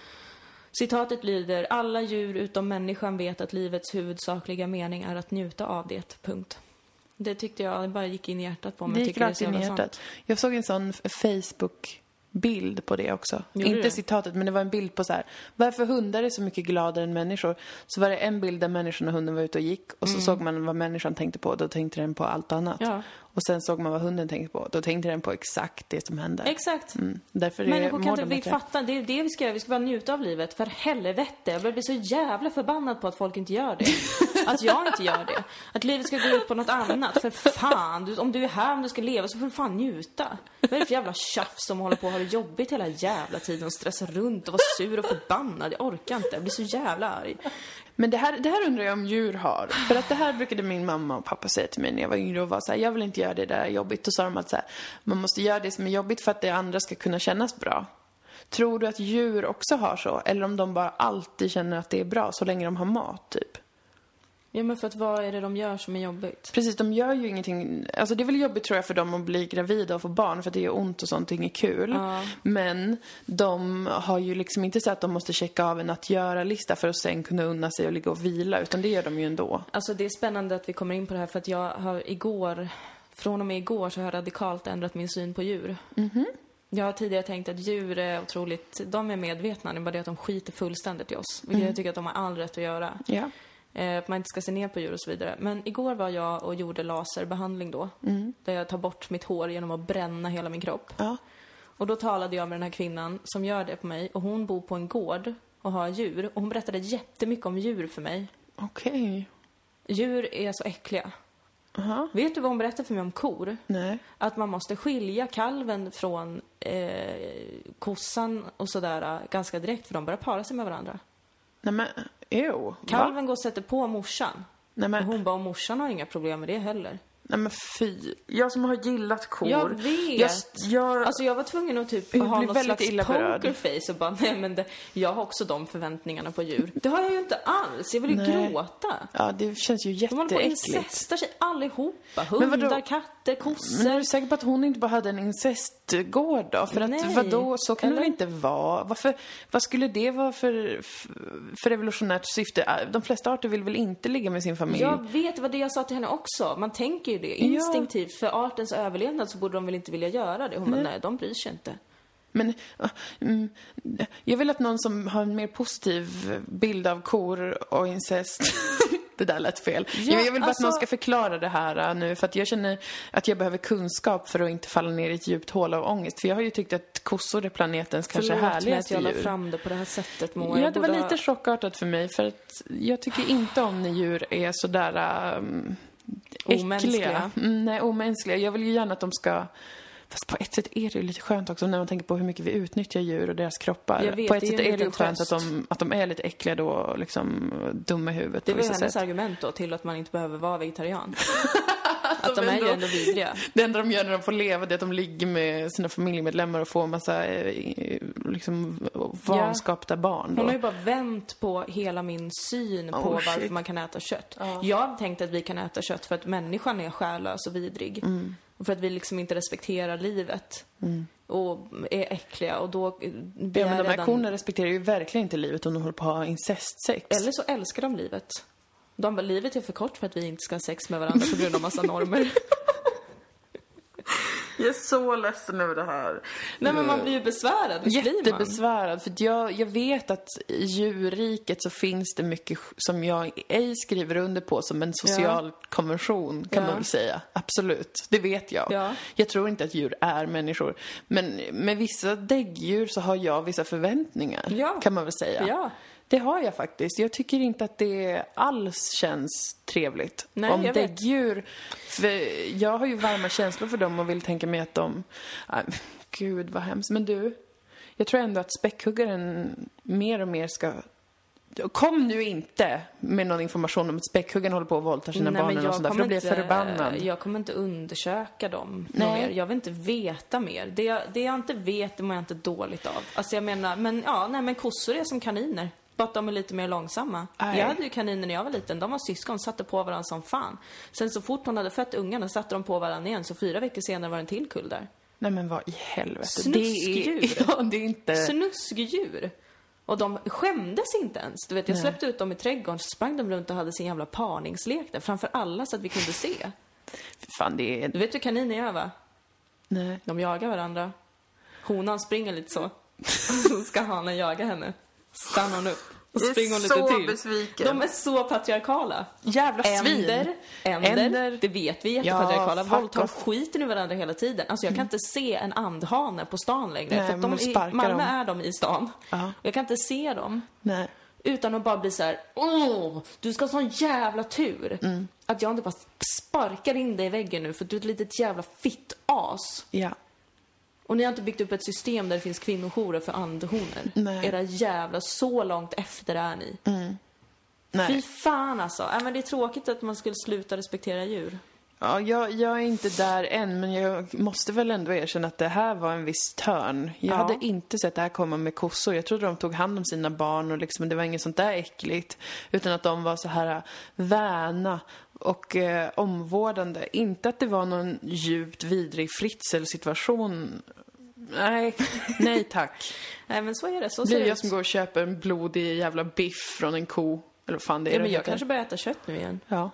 Citatet lyder: alla djur utom människan vet att livets huvudsakliga mening är att njuta av det. Punkt. Det tyckte jag, det bara gick in i hjärtat på mig. Det Jag gick tycker rakt så in i jävla hjärtat. Jag såg en sån f- Facebook-bild på det också. Gjorde Inte du? citatet, men det var en bild på så här: varför hundar är så mycket gladare än människor? Så var det en bild där människan och hunden var ute och gick. Och så såg man vad människan tänkte på. Då tänkte den på allt annat. Ja. Och sen såg man vad hunden tänkte på. Då tänkte den på exakt det som hände. Exakt. Mm. Därför är Människor kan mår inte, de vi bättre. fattar, det är det vi ska göra. Vi ska bara njuta av livet, för helvete. Jag börjar bli så jävla förbannad på att folk inte gör det. Att jag inte gör det. Att livet ska gå ut på något annat. För fan, du, om du är här, om du ska leva, så får du fan njuta. Vad är det för jävla tjafs som håller på att ha det jobbigt hela jävla tiden och stressa runt och vara sur och förbannad? Jag orkar inte, jag blir så jävla arg. Men det här, det här undrar jag om djur har. För att det här brukade min mamma och pappa säga till mig när jag var yngre och var så här: jag vill inte göra det där jobbigt. Och så sa de att så här, man måste göra det som är jobbigt för att det andra ska kunna kännas bra. Tror du att djur också har så? Eller om de bara alltid känner att det är bra så länge de har mat, typ? Ja, men för att vad är det de gör som är jobbigt? Precis, de gör ju ingenting. Alltså det är väl jobbigt tror jag för dem att bli gravida och få barn för att det gör ont och sånt, det är inget kul. Ja. Men de har ju liksom inte så att de måste checka av en att göra-lista för att sen kunna unna sig och ligga och vila, utan det gör de ju ändå. Alltså det är spännande att vi kommer in på det här, för att jag har igår, från och med igår så har jag radikalt ändrat min syn på djur. Mhm. Jag har tidigare tänkt att djur är otroligt, de är medvetna, det är bara det att de skiter fullständigt i oss. Vilket jag tycker att de har all rätt att göra. Ja. Eh, att man inte ska se ner på djur och så vidare. Men igår var jag och gjorde laserbehandling då. Där jag tar bort mitt hår genom att bränna hela min kropp. Ja. Och då talade jag med den här kvinnan som gör det på mig. Och hon bor på en gård och har djur. Och hon berättade jättemycket om djur för mig. Okej. Djur är så äckliga. Aha. Vet du vad hon berättade för mig om kor? Nej. Att man måste skilja kalven från eh, kossan och sådär ganska direkt, för de börjar para sig med varandra. Nej men, ew. Va? Kalven går och sätter på morsan. Nej Och men, hon bara, och morsan har inga problem med det heller. nej men fy. Jag som har gillat kor. Jag vet. Jag, jag, Alltså jag var tvungen att typ Jag ha blir något väldigt slags illa berörd. pokerface och bara, nej men det, jag har också de förväntningarna på djur. Det har jag ju inte alls, jag vill ju Nej. gråta. ja, det känns ju De håller på och jätteäckligt. incestar sig allihopa. Men vadå? Hundar, katter, Men är kossor. du säker på att hon inte bara hade en incestgård då? För att Nej. vadå, så kan det Eller? väl inte vara? Varför, vad skulle det vara för, för revolutionärt syfte? De flesta arter vill väl inte ligga med sin familj? Jag vet, det var det jag sa till henne också. Man tänker ju det instinktivt. För artens överlevnad så borde de väl inte vilja göra det. Hon bara, nej, de bryr sig inte. Men uh, mm, jag vill att någon som har en mer positiv bild av kor och incest Det där lät fel. Ja, jag vill bara alltså... att någon ska förklara det här nu. För att jag känner att jag behöver kunskap för att inte falla ner i ett djupt hål av ångest. För jag har ju tyckt att kossor är planetens kanske härligaste djur. Förlåt mig att jag la fram det på det här sättet, Moa. Ja, jag det var borde... lite chockartat för mig. För att jag tycker inte om när djur är sådär um, omänskliga. Mm, nej, omänskliga. Jag vill ju gärna att de ska... Fast på ett sätt är det ju lite skönt också när man tänker på hur mycket vi utnyttjar djur och deras kroppar. Vet, på ett det sätt är, är det ju skönt tröst. att de, att de är lite äckliga då och liksom dumma i huvudet. Det på var vissa hennes sätt. argument då till att man inte behöver vara vegetarian. Att de är ju ändå vidriga. Det enda de gör när de får leva det är att de ligger med sina familjemedlemmar och får en massa eh, liksom vanskapta barn. Då. Hon har ju bara vänt på hela min syn på Oh, varför shit. man kan äta kött. Ja. Jag tänkte att vi kan äta kött för att människan är själlös och vidrig. Mm. Och för att vi liksom inte respekterar livet. Mm. Och är äckliga. Och då Ja, men de här redan... korna respekterar ju verkligen inte livet om de håller på att ha incestsex. Eller så älskar de livet. De bara, livet är för kort för att vi inte ska ha sex med varandra på grund av massa normer. Jag är så ledsen över det här. Nej, men man blir ju besvärad. Visst blir man? Jättebesvärad. För jag, jag vet att i djurriket så finns det mycket som jag ej skriver under på som en social ja. konvention, kan ja. man väl säga. Absolut. Det vet jag. Ja. Jag tror inte att djur är människor. Men med vissa däggdjur så har jag vissa förväntningar, ja. kan man väl säga. Ja. Det har jag faktiskt. Jag tycker inte att det alls känns trevligt. Nej, om jag vet. däggdjur. För jag har ju varma känslor för dem och vill tänka mig att de... Aj, gud, vad hemskt. Men du, jag tror ändå att späckhuggaren mer och mer ska... Kom nu inte med någon information om att späckhuggaren håller på att våldta sina Nej, barn men eller jag sånt där, för då blir jag inte- förbannad. Jag kommer inte undersöka dem Nej. mer. Jag vill inte veta mer. Det jag, det jag inte vet, det mår jag inte dåligt av. Alltså jag menar, men ja, nej men kossor är som kaniner. Bara att de är lite mer långsamma. Nej. Jag hade ju kaniner när jag var liten. De var syskon, satte på varandra som fan. Sen så fort hon hade fött ungarna satte de på varandra igen. Så fyra veckor senare var det en till kull där. Nej, men vad i helvete. Snuskdjur. Det är, ja, det är inte... Snuskdjur. Och de skämdes inte ens. Du vet, jag Nej. släppte ut dem i trädgården, så sprang de runt och hade sin jävla parningslek där. Framför alla så att vi kunde se. Fan, det är... Du vet hur kaniner gör, va? Nej. De jagar varandra. Honan springer lite så. Så ska hanen jaga henne. Stannar hon upp. Och Jag är springer hon så lite till. besviken. De är så patriarkala. Jävla svin. Änder, änder, Änder. det vet vi, jättepatriarkala. Ja, fuck Våldtar off. skiten ur varandra hela tiden. Alltså jag kan inte se en andhane på stan längre. Nej, för att man de vill i sparka Malmö dem. är de i stan. Ja. Jag kan inte se dem. Nej. Utan att bara bli så här: åh, du ska ha sån jävla tur. Mm. Att jag inte bara sparkar in dig i väggen nu för att du är ett litet jävla fitt-as. Ja. Och ni har inte byggt upp ett system där det finns kvinnojourer för andhonor. Nej. Era jävla, så långt efter är ni. Mm. Nej. Fy fan alltså. Äh, men det är tråkigt att man skulle sluta respektera djur. Ja, jag, jag är inte där än, men jag måste väl ändå erkänna att det här var en viss törn. Jag Ja. hade inte sett det här komma med kossor. Jag trodde de tog hand om sina barn och liksom, det var inget sånt där äckligt. Utan att de var så här värna och eh, omvårdande. Inte att det var någon djupt vidrig Fritzl-situation. Nej, nej tack. Nej, men så är det. Så Det ser är det jag ut. som går och köper en blodig jävla biff från en ko. Eller vad fan det är Ja, det men jag heter. kanske börjar äta kött nu igen. Ja.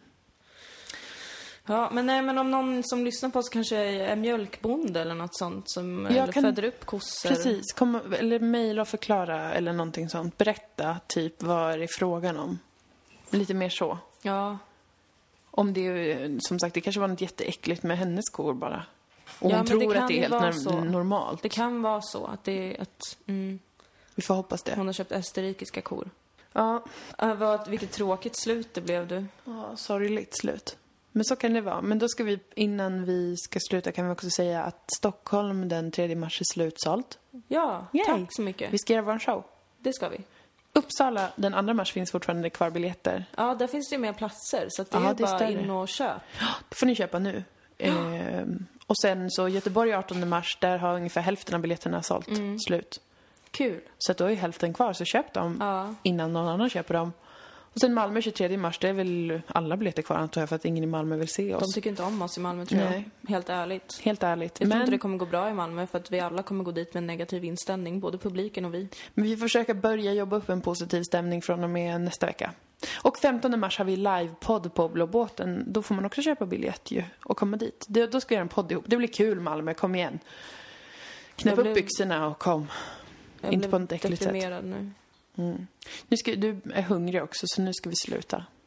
Ja, men nej, men om någon som lyssnar på oss kanske är mjölkbonde eller något sånt som Jag eller kan- föder upp kossor. Precis, kom, eller mejla och förklara eller någonting sånt. Berätta typ vad det är frågan om. Lite mer så. Ja. Om det är, som sagt, det kanske var något jätteäckligt med hennes kor bara. Och Ja, hon men det tror kan att det är ju helt vara norm- så. normalt. Det kan vara så att det är att mm, Vi får hoppas det. hon har köpt österrikiska kor. Ja, Äh, vad, vilket tråkigt slut det blev, du. ja, sorgligt slut. Men så kan det vara. Men då ska vi, innan vi ska sluta kan vi också säga att Stockholm den tredje mars är slutsålt. Ja, Yay. tack så mycket. Vi ska göra vår show. Det ska vi. Uppsala den andra mars finns fortfarande kvar biljetter. Ja, där finns det ju mer platser. Så att det Ja, är det är bara större. in och köp. Det får ni köpa nu. Ehm, och sen så Göteborg artonde mars, där har ungefär hälften av biljetterna sålt slut. Kul. Så att då är hälften kvar, så köp dem Ja. innan någon annan köper dem. Och sen Malmö tjugotredje mars, det är väl alla biljetter kvar antar jag, för att ingen i Malmö vill se De oss. tycker inte om oss i Malmö, tror Nej. jag. Helt ärligt. Helt ärligt. Jag tror Men, inte det kommer gå bra i Malmö för att vi alla kommer gå dit med en negativ inställning, både publiken och vi. men vi försöker börja jobba upp en positiv stämning från och med nästa vecka. Och femtonde mars har vi livepodd på Blå båten. Då får man också köpa biljett ju och komma dit. Det, då ska vi göra en podd ihop. Det blir kul, Malmö, kom igen. Knäpp Jag upp blev- byxorna och kom. Jag Inte blev på ett äckligt sätt. deprimerad nu. Mm. Nu ska, du är hungrig också, så nu ska vi sluta.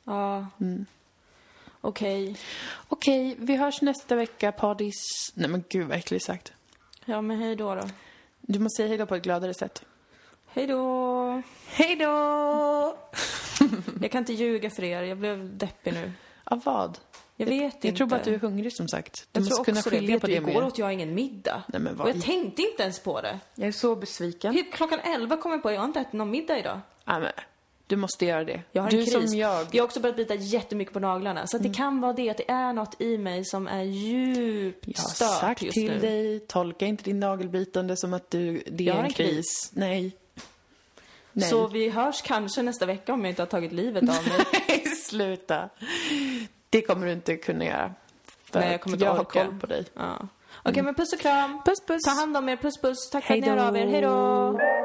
Ja. Mm. Okej. Okay. Okej, okay, vi hörs nästa vecka, Paddis. Nej men gud, vad äckligt sagt. Ja, men hej då då. Du måste säga hej då på ett gladare sätt. Hej då. Hej då. Jag kan inte ljuga för er, jag blev deppig nu. Av vad? Jag vet jag, inte. Jag tror bara att du är hungrig, som sagt. Du jag måste tror kunna också skilja det. på Vet det du, mer. igår åt jag ingen middag. Nej, men vad... Och jag tänkte inte ens på det. Jag är så besviken. Hur, klockan elva kom jag på, jag har inte ätit någon middag idag. Ja, men du måste göra det. Jag har du en kris. Som jag. jag har också börjat bita jättemycket på naglarna. Så att mm. det kan vara det, att det är något i mig som är djupt jag har stört sagt just till nu. dig, tolka inte din nagelbitande som att du, det är en, en kris. kris. Nej. Nej. Så vi hörs kanske nästa vecka om jag inte har tagit livet av mig. Nej, sluta. Det kommer du inte kunna göra. För Nej, jag kommer inte jag orka. har koll på dig. Ja. Okej, okay, mm. men puss och kram. Puss, puss. Ta hand om er, puss, puss. Tack för att Hejdå. ni hör av er. Hej då.